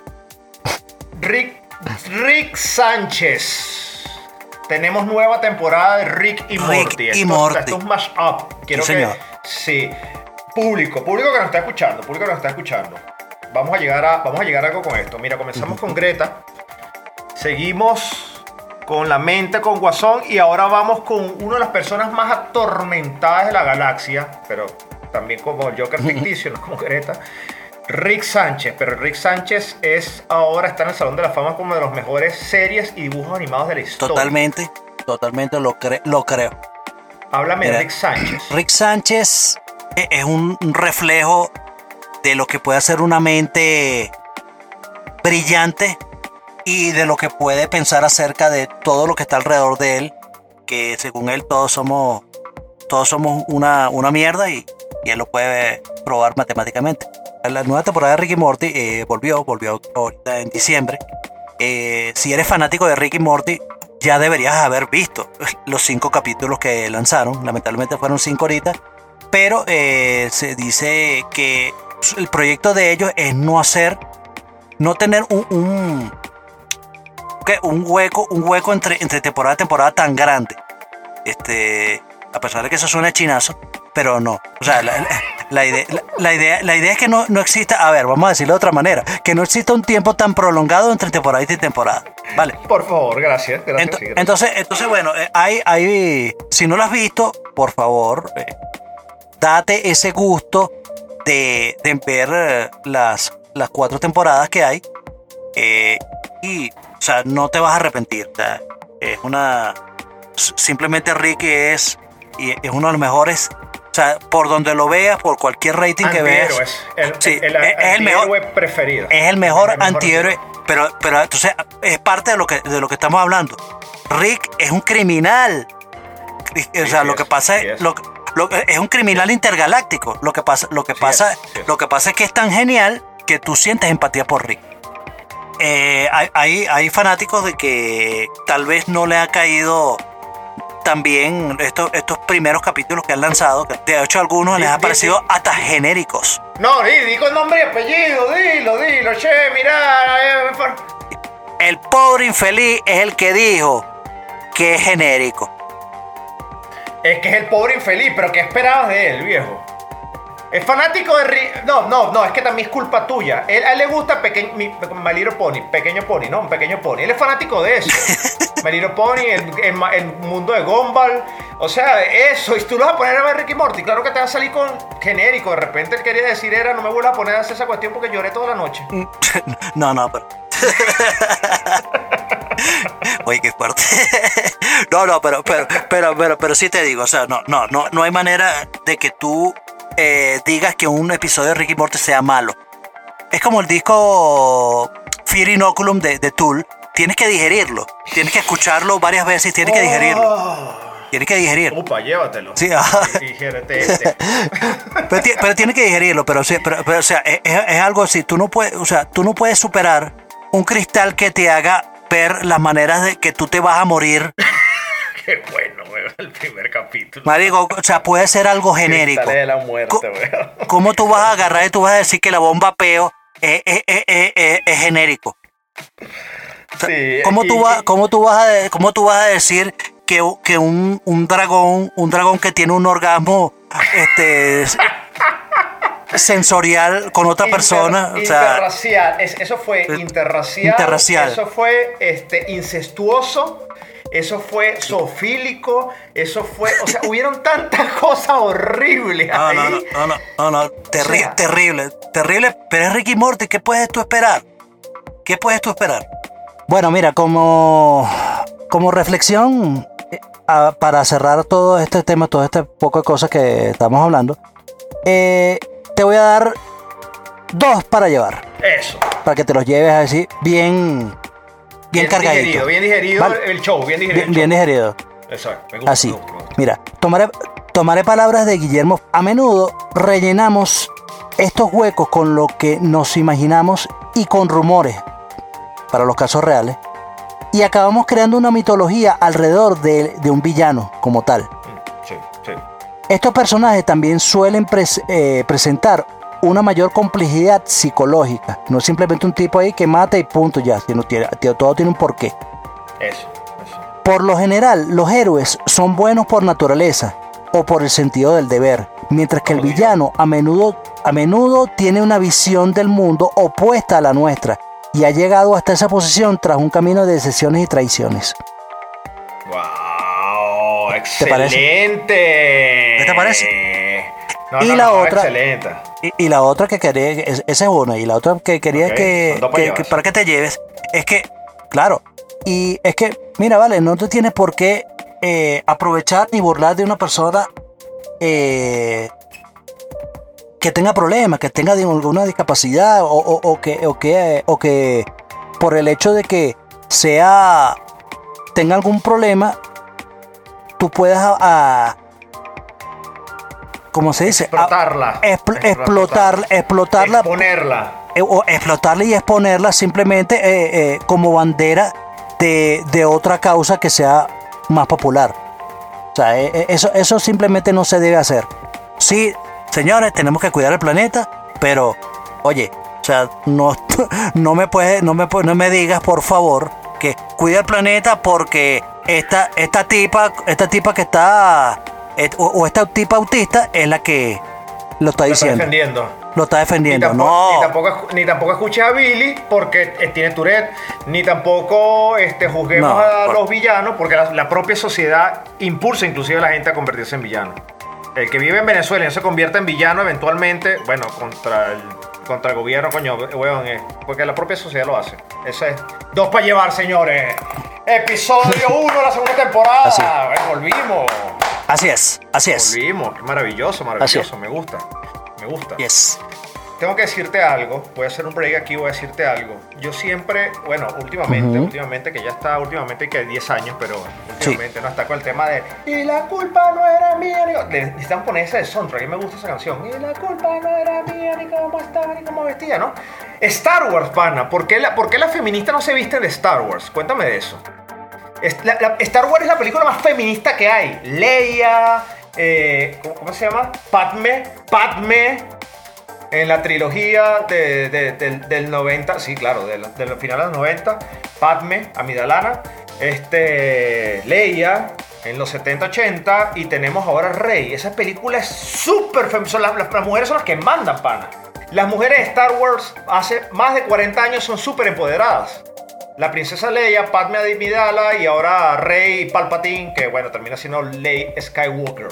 Rick, Rick Sánchez. Tenemos nueva temporada de Rick y Rick Morty. y esto, Morty. Esto es un mash-up. Quiero Sí, que... señor. Sí. Público, público que nos está escuchando, público que nos está escuchando. Vamos a llegar a, vamos a, llegar a algo con esto. Mira, comenzamos con Greta. Seguimos con la mente con Guasón. Y ahora vamos con una de las personas más atormentadas de la galaxia. Pero también como el Joker ficticio, no como Greta. Rick Sánchez, pero Rick Sánchez es ahora está en el Salón de la Fama como de los mejores series y dibujos animados de la historia. Totalmente, totalmente lo, cre lo creo. Háblame Mira, de Rick Sánchez. Rick Sánchez es un reflejo de lo que puede hacer una mente brillante y de lo que puede pensar acerca de todo lo que está alrededor de él, que según él todos somos, todos somos una, una mierda y, y él lo puede probar matemáticamente. La nueva temporada de Rick y Morty eh, volvió, volvió ahorita en diciembre. Eh, si eres fanático de Rick y Morty, ya deberías haber visto los cinco capítulos que lanzaron. Lamentablemente fueron cinco ahorita. Pero eh, se dice que el proyecto de ellos es no hacer, no tener un, un, ¿qué? un hueco, un hueco entre, entre temporada y temporada tan grande. Este, a pesar de que eso suena chinazo, pero no. O sea, la, la, la, idea, la, la, idea, la idea es que no, no exista, a ver, vamos a decirlo de otra manera, que no exista un tiempo tan prolongado entre temporada y temporada. Vale. Por favor, gracias. gracias, Ent sí, gracias. Entonces, entonces, bueno, eh, hay, hay, si no lo has visto, por favor, eh, date ese gusto de, de ver eh, las, las cuatro temporadas que hay. Eh, y, o sea, no te vas a arrepentir. O sea, es una. Simplemente Ricky es, y es uno de los mejores. O sea, por donde lo veas, por cualquier rating que veas. Es el, sí, el, el, es, es el mejor preferido. Es el mejor, es el mejor antihéroe. antihéroe. Pero, pero entonces es parte de lo que, de lo que estamos hablando. Rick es un criminal. O Sí, sea, sí lo es, que pasa sí es. es. Lo, lo- es un criminal intergaláctico. Lo que pasa, lo que Sí pasa, es, sí es. lo que pasa es que es tan genial que tú sientes empatía por Rick. Eh, hay, hay, hay fanáticos de que tal vez no le ha caído tan bien estos, estos primeros capítulos que han lanzado. Que de hecho, a algunos Di- les ha di- parecido di- hasta genéricos. No, di, di con nombre y apellido, dilo, dilo, che, mirá. eh, for- El pobre infeliz es el que dijo que es genérico. Es que es el pobre infeliz, pero ¿qué esperabas de él, viejo? Es fanático de Rick. No, no, no, es que también es culpa tuya. Él, a él le gusta pequeño, mi, My Little Pony, pequeño pony, ¿no? Un pequeño pony. Él es fanático de eso. My Little Pony, el, el, el mundo de Gumball. O sea, eso. Y tú lo vas a poner a ver Ricky Morty. Claro que te va a salir con genérico. De repente él quería decir era, no me vuelvas a poner a hacer esa cuestión porque lloré toda la noche. No, no, pero. Oye, qué fuerte. No, no, pero, pero, pero, pero, pero sí te digo, o sea, no, no, no, no hay manera de que tú eh, digas que un episodio de Ricky Morty sea malo. Es como el disco Fear Inoculum de, de Tool. Tienes que digerirlo, tienes que escucharlo varias veces y tienes que digerirlo. Oh. Tienes que digerir. Upa, llévatelo. Sí, ajá. Digérete este. Pero, ti- pero tiene que digerirlo, pero, sí, pero, pero o sea, es, es- es algo así. Tú no puedes, o sea, tú no puedes superar un cristal que te haga ver las maneras de que tú te vas a morir. Qué bueno, weón, el primer capítulo. Marico, o sea, puede ser algo genérico. Cristales de la muerte, Co- weón. ¿Cómo tú vas a agarrar y tú vas a decir que la bomba peo es, es- es- es- es- es genérico? Sí, ¿Cómo y- tú vas, cómo tú vas, a, de- cómo tú vas a decir que, que un, un dragón, un dragón que tiene un orgasmo este, sensorial con otra Inter- persona? O sea, interracial, es- eso fue interracial, interracial. eso fue este, incestuoso, eso fue zoofílico, eso fue, o sea, hubieron tantas cosas horribles no, ahí. no, no, no, no, no, no, terri- O sea- terrible, terrible, pero es Ricky Morty, ¿qué puedes tú esperar? ¿Qué puedes tú esperar? Bueno, mira, como, como reflexión, eh, a- para cerrar todo este tema, todo este poco de cosas que estamos hablando, eh, te voy a dar dos para llevar, Eso. para que te los lleves así bien, bien, cargadito. digerido, bien digerido Vale. el show, bien digerido. Bien, el bien show. digerido. Exacto, me gusta, Así, me gusta, me gusta. mira, tomaré, Tomaré palabras de Guillermo. A menudo rellenamos estos huecos con lo que nos imaginamos y con rumores, para los casos reales, y acabamos creando una mitología alrededor de, de un villano como tal. Sí, sí. Estos personajes también suelen pres- eh, presentar una mayor complejidad psicológica. No es simplemente un tipo ahí que mata y punto ya, sino tiene, todo tiene un porqué. Eso, eso. Por lo general, los héroes son buenos por naturaleza o por el sentido del deber, mientras que el villano a menudo, a menudo tiene una visión del mundo opuesta a la nuestra y ha llegado hasta esa posición tras un camino de decepciones y traiciones. ¡Wow! ¿Te parece? ¡Excelente! ¿Qué te parece? No, y no, la no, otra, excelente. Y, y la otra que quería, es- esa es una, y la otra que quería Ok, que, son dos para que- llevarse. que- para que te lleves, es que, claro, y es que, mira, vale, no te tienes por qué eh, aprovechar ni burlar de una persona eh, que tenga problemas, que tenga de- alguna discapacidad o, o- o que, o, que, o que por el hecho de que sea, tenga algún problema, tú puedas a, a- ¿cómo se dice? Explotarla. A- expl- explotar, explotarla. Exponerla. eh, o explotarla y exponerla simplemente eh, eh, como bandera de, de otra causa que sea más popular. O sea, eh, eh, eso, eso simplemente no se debe hacer. Sí, señores, tenemos que cuidar el planeta, pero, oye, o sea, no, no me puedes, no me, pu- no me digas, por favor, que cuida el planeta porque esta, esta tipa, esta tipa que está, eh, o, o esta tipa autista es la que lo está Lo está diciendo. defendiendo. Lo está Ni defendiendo. tampoco, No. ni, tampoco, ni tampoco escuches a Billy porque eh, tiene Tourette, ni tampoco este, juzguemos No, a por- los villanos porque la, la propia sociedad impulsa inclusive a la gente a convertirse en villano. El que vive en Venezuela y no se convierta en villano eventualmente, bueno, contra el, contra el gobierno, coño, weón, eh, porque la propia sociedad lo hace. Eso es. Dos para llevar, señores. Episodio uno de la segunda temporada. Así. Eh, volvimos. Así es, así es. Volvimos. Qué maravilloso, maravilloso. Me gusta. Me gusta. Yes. Tengo que decirte algo, voy a hacer un break aquí, voy a decirte algo. Yo siempre, bueno, últimamente, Ujú. últimamente, que ya está, últimamente que diez años, pero Sí. últimamente no está con el tema de y la culpa no era mía, digo, le- necesitan poner ese de soundtrack, a mí me gusta esa canción. Y la culpa no era mía, ni cómo estaba, ni cómo vestía, ¿no? Star Wars, pana, ¿por qué, la, ¿por qué las feministas no se visten de Star Wars? Cuéntame de eso. Es- la- la- Star Wars es la película más feminista que hay. Leia, eh, ¿cómo, cómo se llama? Padme, Padme. En la trilogía de, de- del, del noventa, sí, claro, de, la- de los finales de los noventa, Padme, Amidalana, este, Leia, en los setenta, ochenta, y tenemos ahora Rey. Esa película es súper feminista. Las, las, las mujeres son las que mandan, pana. Las mujeres de Star Wars hace más de cuarenta años son súper empoderadas. La princesa Leia, Padme Amidala y ahora Rey Palpatine, que bueno, termina siendo Leia Skywalker.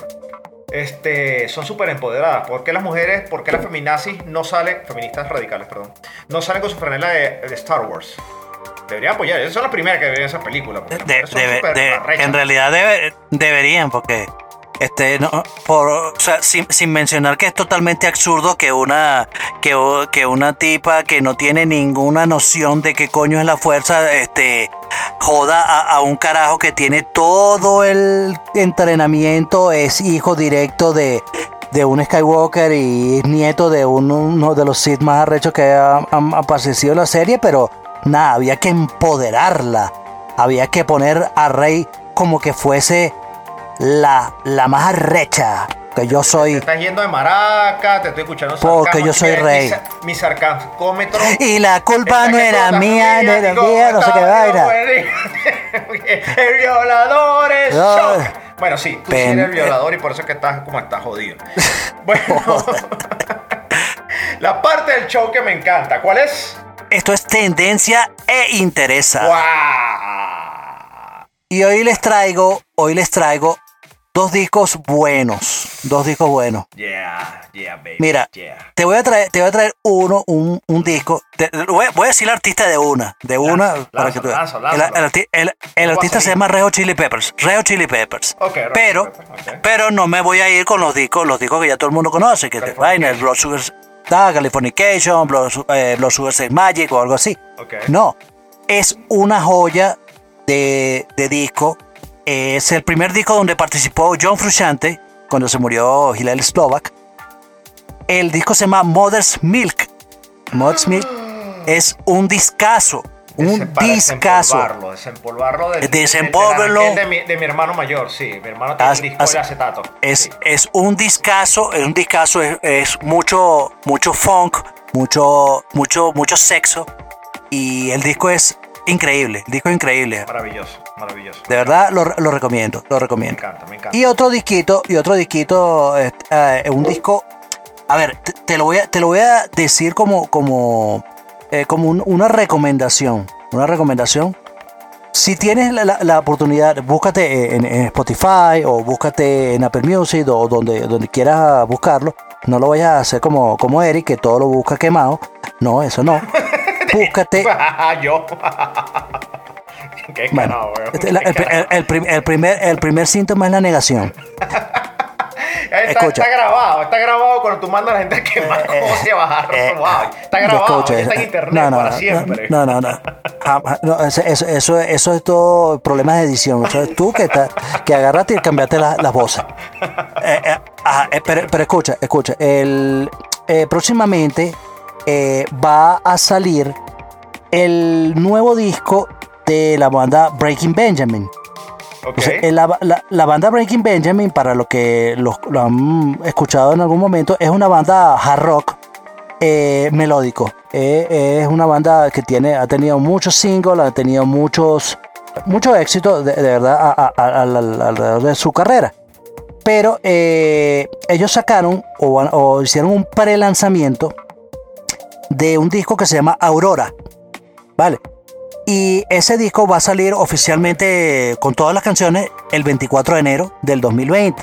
Este, son súper empoderadas. ¿Por qué las mujeres, por qué las feminazis no salen, feministas radicales, perdón, no salen con su franela de, de Star Wars? Deberían apoyar, esas son las primeras que ven esa película. porque las De- mujeres son debe- súper de- arrechas. en realidad debe- deberían, porque este no, por, o sea, sin, sin mencionar que es totalmente absurdo que una que, o- que una tipa que no tiene ninguna noción de qué coño es la fuerza, este joda a, a un carajo que tiene todo el entrenamiento, es hijo directo de de un Skywalker y es nieto de un- uno de los Sith más arrechos que ha- han aparecido en la serie, pero nada, había que empoderarla. Había que poner a Rey como que fuese la, la más arrecha. Que yo Te soy. estás yendo de maraca, te estoy escuchando Porque sarcasmo, yo soy aquí rey. Mi, sa- mi sarcascómetro. Y la culpa está no que era explotas, mía, no era digo, mía, no sé qué está, vaina. digo, El violador es No. shock. Bueno, sí, tú sí Pen- eres el violador y por eso es que estás como estás jodido. Bueno, la parte del show que me encanta, ¿cuál es? Esto es tendencia e interesa. ¡Wow! Y hoy les traigo, hoy les traigo dos discos buenos. Dos discos buenos. Yeah, yeah, baby. Mira, yeah. te voy a traer, te voy a traer uno, un, un disco. Te- voy, a, voy a decir el artista de una, de una, Lanza, para que tú veas. lanza, El, lánzalo. el arti- el- el No va a artista se salir. llama Red Hot Chili Peppers. Red Hot Chili Peppers. Ok, Red Hot pero, Chili Peppers, ok. pero no me voy a ir con los discos, los discos que ya todo el mundo conoce, que te vaina, el Blood Sugar, ah, Californication, Blood, Su- eh, Blood Sugar Sex Magic o algo así. Ok. No, es una joya de, de disco. Es el primer disco donde participó John Frusciante cuando se murió Hillel Slovak. El disco se llama Mother's Milk. Mother's Milk es un discazo. Un Para discazo. Desempolvarlo, desempolvarlo del, Desempolvarlo. del, del de, mi, de mi hermano mayor, sí. Mi hermano tiene As, un disco as, de acetato. Es, sí. es un discazo, es un discazo, es, es mucho, mucho funk, mucho, mucho, mucho sexo. Y el disco es increíble, el disco es increíble. Maravilloso, maravilloso. De verdad lo, lo recomiendo, lo recomiendo. Me encanta, me encanta. Y otro disquito, y otro disquito, es uh, un disco. A ver, te, te, lo voy a, te lo voy a decir como, como, eh, como un, una recomendación. Una recomendación. Si tienes la, la, la oportunidad, búscate en, en Spotify o búscate en Apple Music o donde, donde quieras buscarlo. No lo vayas a hacer como, como Eric, que todo lo busca quemado. No, eso no. Búscate. Yo. Qué Bueno, carajo, el, el, el, el, prim, el, primer, el primer síntoma es la negación. Está, está grabado, está grabado cuando tú mandas a la gente a quemar Eh, cómo se bajar. eh, wow, está grabado, escucha, está en internet no, no, para no, siempre. No, no, no. Jamás, no, eso, eso, eso, eso es todo problemas de edición. Eso es tú que, está, que agarraste y cambiaste la, las voces. Eh, eh, ajá, eh, pero, pero escucha, escucha. El, eh, próximamente eh, va a salir el nuevo disco de la banda Breaking Benjamin. Okay. O sea, la, la, la banda Breaking Benjamin, para los que lo, lo han escuchado en algún momento, es una banda hard rock eh, melódico. Eh, es una banda que tiene, ha tenido muchos singles, ha tenido muchos, mucho éxito de, de verdad a, a, a, a, alrededor de su carrera. Pero eh, ellos sacaron o, o hicieron un pre-lanzamiento de un disco que se llama Aurora. ¿Vale? Y ese disco va a salir oficialmente con todas las canciones el veinticuatro de enero del dos mil veinte.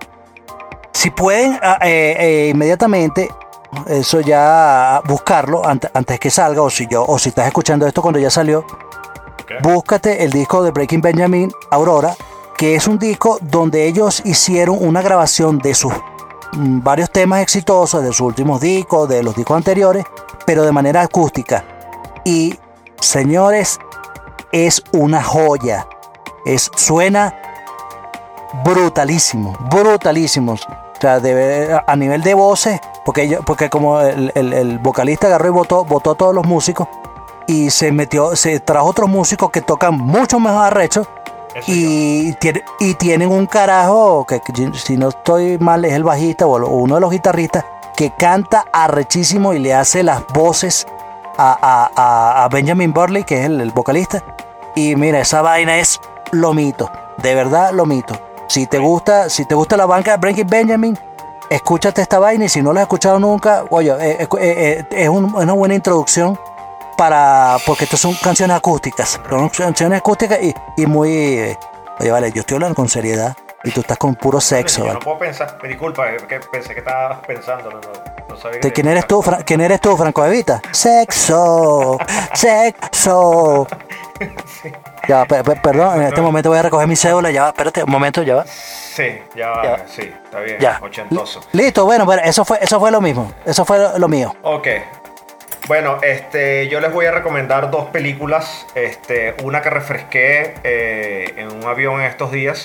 Si pueden eh, eh, inmediatamente, eso ya buscarlo antes, antes que salga, o si yo, o si estás escuchando esto cuando ya salió, okay. Búscate el disco de Breaking Benjamin, Aurora, que es un disco donde ellos hicieron una grabación de sus mm, varios temas exitosos, de sus últimos discos, de los discos anteriores, pero de manera acústica. Y señores, es una joya. Es, suena brutalísimo, brutalísimo. O sea, de, a nivel de voces, porque, yo, porque como el, el, el vocalista agarró y votó, votó a todos los músicos y se metió, se trajo otros músicos que tocan mucho mejor arrecho y, tiene, y tienen un carajo que, que si no estoy mal es el bajista o uno de los guitarristas que canta arrechísimo y le hace las voces A, a, a Benjamin Burley, que es el, el vocalista. Y mira, esa vaina es lo mito, de verdad lo mito. Si te gusta, si te gusta la banca de Breaking Benjamin, escúchate esta vaina. Y si no la has escuchado nunca, oye, eh, eh, eh, es un, una buena introducción para, porque estas son canciones acústicas, son canciones acústicas y, y muy eh, oye, vale, yo estoy hablando con seriedad y tú estás con puro sexo. Yo ¿vale? no puedo pensar, me disculpa, que pensé que estabas pensando, no, no. No ¿De quién eres tú, Fra- ¿Quién eres tú, Franco Evita? Sexo, sexo. Sí. Ya, per- per- perdón, en este momento voy a recoger mi cédula. Ya va, espérate, un momento, ya va. Sí, ya va, ya. Sí, está bien, ya. Ochentoso. Listo, bueno, bueno, eso fue, eso fue lo mismo. Eso fue lo, lo mío. Ok. Bueno, este, yo les voy a recomendar dos películas. Este, una que refresqué eh, en un avión en estos días.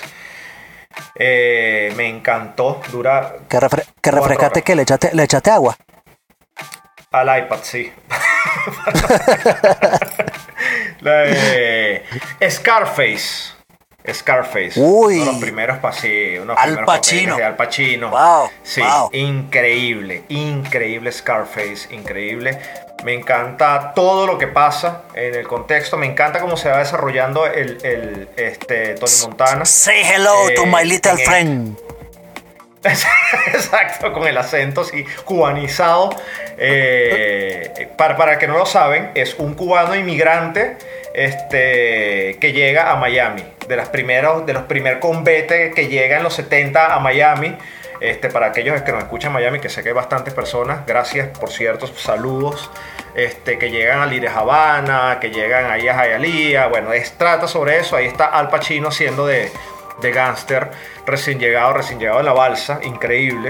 Eh, me encantó, dura. ¿Que, refre- que refrescaste que le echaste, le echaste agua? Al iPad, sí. La de Scarface. Scarface. Uy. Uno de los primeros, pa- sí, uno de los Al primeros Pacino. papeles de Al Pacino. Wow. Sí, wow. increíble, increíble Scarface, increíble. Me encanta todo lo que pasa en el contexto. Me encanta cómo se va desarrollando el, el este, Tony Montana. Say hello eh, to my little en friend. El... Exacto, con el acento así cubanizado. Eh, para, para que no lo saben, es un cubano inmigrante este, que llega a Miami. De, las primeros, de los primer convete que llega en los setenta a Miami. Este, para aquellos que nos escuchan en Miami, que sé que hay bastantes personas, gracias por ciertos saludos, este, que llegan a Lires Habana, que llegan ahí a Hialeah. Bueno, es, trata sobre eso. Ahí está Al Pacino siendo de, de gángster, recién llegado, recién llegado de la balsa, increíble.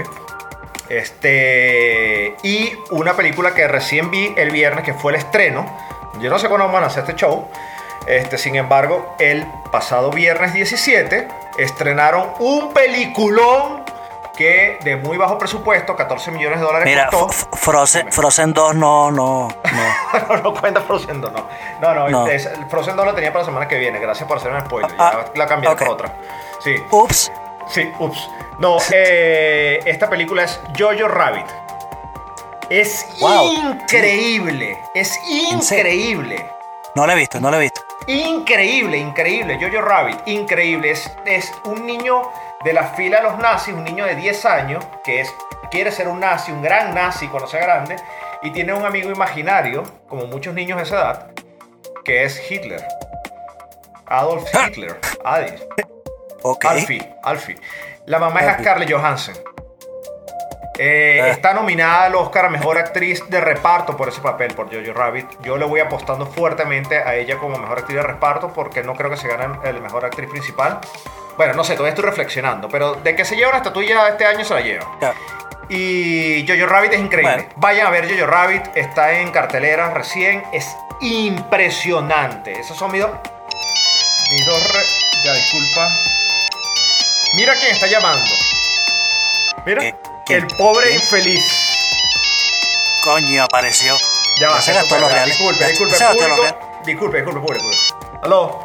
Este, y una película que recién vi el viernes, que fue el estreno. Yo no sé cuándo van a hacer este show. Este, sin embargo, el pasado viernes diecisiete estrenaron un peliculón que de muy bajo presupuesto, catorce millones de dólares Mira, costó. F- Frozen, Frozen dos no, no, no. no, no cuenta Frozen dos, no. No, no, No. es- Frozen dos la tenía para la semana que viene. Gracias por hacerme spoiler. Ah, Ya la cambié ok. por otra. Sí, Ups. sí, ups. No, eh, esta película es Jojo Rabbit. Es Wow. increíble. Es ¿En serio? increíble. No lo he visto, no lo he visto. Increíble, increíble. Jojo Rabbit, increíble. Es, es un niño de la fila de los nazis, un niño de diez años, que es, quiere ser un nazi, un gran nazi cuando sea grande, y tiene un amigo imaginario, como muchos niños de esa edad, que es Hitler. Adolf Hitler. Adi. Ok. Alfie, Alfie. La mamá es Alfie. Scarlett Johansson. Eh, Ah. Está nominada al Oscar a Mejor Actriz de Reparto por ese papel, por Jojo Rabbit. Yo le voy apostando fuertemente a ella como Mejor Actriz de Reparto porque no creo que se gane el Mejor Actriz Principal. Bueno, no sé, todavía estoy reflexionando, pero de que se lleva una estatuilla este año se la lleva. Ya. Y Jojo Rabbit es increíble. Bueno. Vayan a ver Jojo Rabbit, está en cartelera recién, es impresionante. Esos son mis dos... Mis dos... Re... Ya, disculpa. Mira quién está llamando. Mira, ¿Qué? ¿Quién? el pobre ¿Quién? infeliz. Coño, apareció. Ya va, Ya se gastó los reales. Disculpe, Ya- disculpe, se gastó los público. reales. Disculpe, disculpe, público. Aló.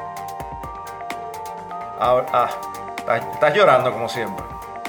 Ah, ah, estás, estás llorando como siempre.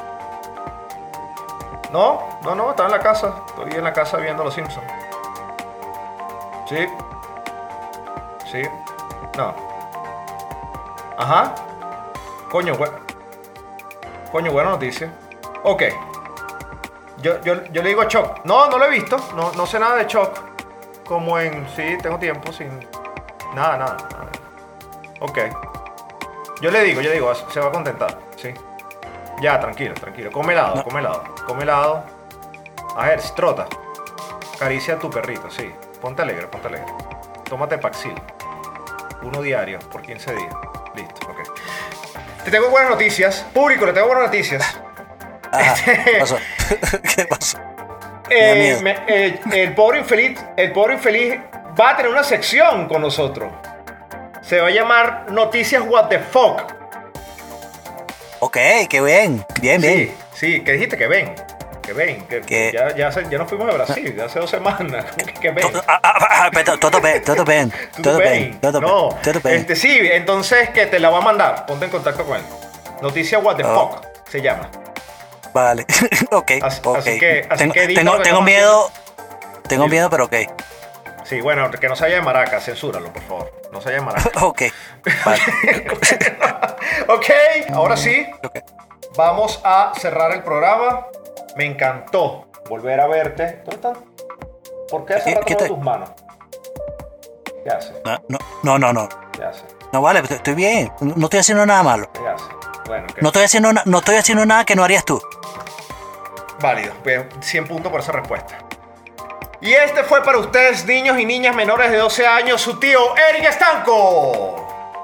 No, no, no, estaba en la casa. Estoy en la casa viendo Los Simpsons. Sí. Sí. No. Ajá. Coño, bueno. Coño, buena noticia. Ok. Yo, yo, yo le digo a Chuck. No, no lo he visto. No, no sé nada de Chuck. Como en... Sí, tengo tiempo sin... Nada, nada, nada. Ok. Yo le digo, yo le digo, se va a contentar. Sí. Ya, tranquilo, tranquilo. Come helado, No. come helado. Come helado. A ver, trota. Acaricia a tu perrito, sí. Ponte alegre, ponte alegre. Tómate Paxil. Uno diario por quince días. Listo, ok. Te tengo buenas noticias. Público, le tengo buenas noticias. Ajá. ¿Qué pasó? ¿Qué pasó? Eh, miedo. me- eh, el pobre infeliz, el pobre infeliz va a tener una sección con nosotros. Se va a llamar Noticias What the Fuck. Ok, qué bien. Bien, bien. Sí, sí, que dijiste que ven. Que ven. Que, Que- Ya, ya, se- ya nos fuimos a Brasil, ya hace dos semanas. ¿Cómo que, que ven? To- ah, ah, ah, pero Todo bien, todo bien. Todo bien, todo No, bien. Todo bien. este sí, entonces que te la va a mandar. Ponte en contacto con él. Noticia What the Oh. Fuck se llama. Vale. Ok, Así- ok. así que- así tengo que edita tengo, lo que tengo estamos miedo. Tengo Dile. miedo, pero ok. Sí, bueno, que no se haya de Maracas, censúralo, por favor. No se haya de Maracas. Ok. Vale. Ok, ahora sí, Ok. vamos a cerrar el programa. Me encantó volver a verte. ¿Dónde están? ¿Por qué hace ¿Qué- rato qué no te- veo tus manos? ¿Qué haces? No, no, no, no, no. ¿Qué haces? No vale, estoy estoy bien. No estoy haciendo nada malo. ¿Qué haces? Bueno, ok. No estoy haciendo, na- no estoy haciendo nada que no harías tú. Válido. Pues, cien puntos por esa respuesta. Y este fue para ustedes, niños y niñas menores de doce años, su tío Eric Estanco.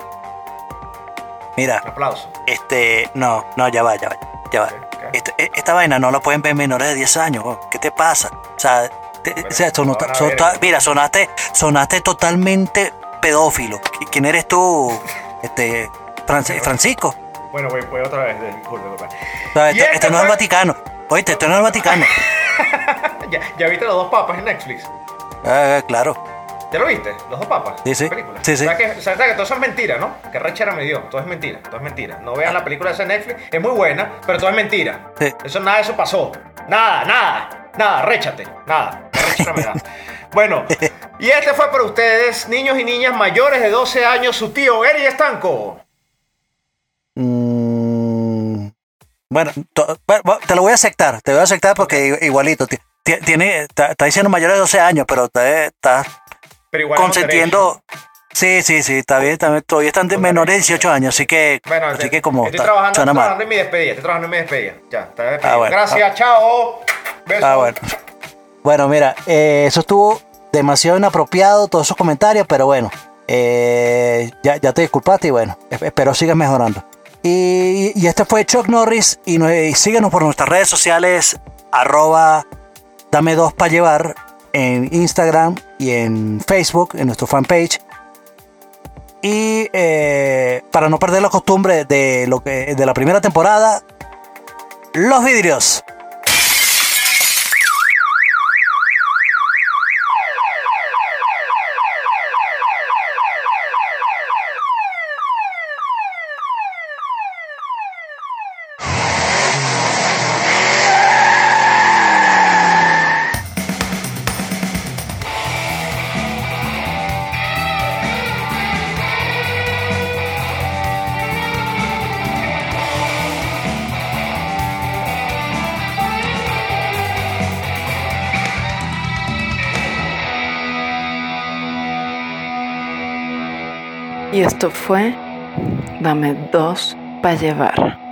Mira, Un aplauso. este, no, no, ya va, ya va, ya va. Ok, ok. Este- e- esta vaina no la pueden ver menores de diez años. weón. ¿Qué te pasa? O sea, te- Bueno, o sea, son- lo van a son- ver, ta- eh. mira, sonaste, sonaste totalmente pedófilo. ¿Qui- ¿Quién eres tú? Este, Franci- Francisco. Bueno, voy, voy otra vez. Disculpe, disculpe. O sea, Y este, este este no es el fue- Vaticano. Oíste, este no es el Vaticano. ¿Ya, ¿Ya viste los dos papas en Netflix? Ah, claro. ¿Ya lo viste? Los dos papas. Sí, sí. La película. Sí, sí. ¿Sabes que, sabes que todo eso es mentira, ¿no? Que rechera me dio. Todo es mentira. Todo es mentira. No vean la película de ese Netflix. Es muy buena, pero todo es mentira. Sí. Eso, nada de eso pasó. Nada, nada. Nada, réchate. Nada. Qué rechera me da. Bueno, y este fue para ustedes, niños y niñas mayores de doce años, su tío Eric Estanco. Mm, bueno, to- bueno, te lo voy a aceptar. Te voy a aceptar porque i- igualito. ti- ti- Tiene, está, está diciendo mayores de doce años, pero está, está Pero igual es un consentiendo. Sí, sí, sí, está bien, está bien, todavía están de menores de dieciocho años, así que, derecho. Bueno, así te- que como estoy está- trabajando, suena estoy mal. trabajando en mi despedida. Estoy trabajando en mi despedida. Ya, está despedido. Ah, bueno. Gracias, chao. Besos. Ah, bueno. Bueno, mira, eh, eso estuvo demasiado inapropiado, todos esos comentarios, pero bueno, eh, ya, ya te disculpaste y bueno, es- espero sigas mejorando. Y, y este fue Chuck Norris y, no- y síguenos por nuestras redes sociales, arroba dame dos para llevar en Instagram y en Facebook, en nuestro fanpage. Y eh, para no perder la costumbre de, lo que, de la primera temporada, los vidrios. Y esto fue Dame dos para llevar.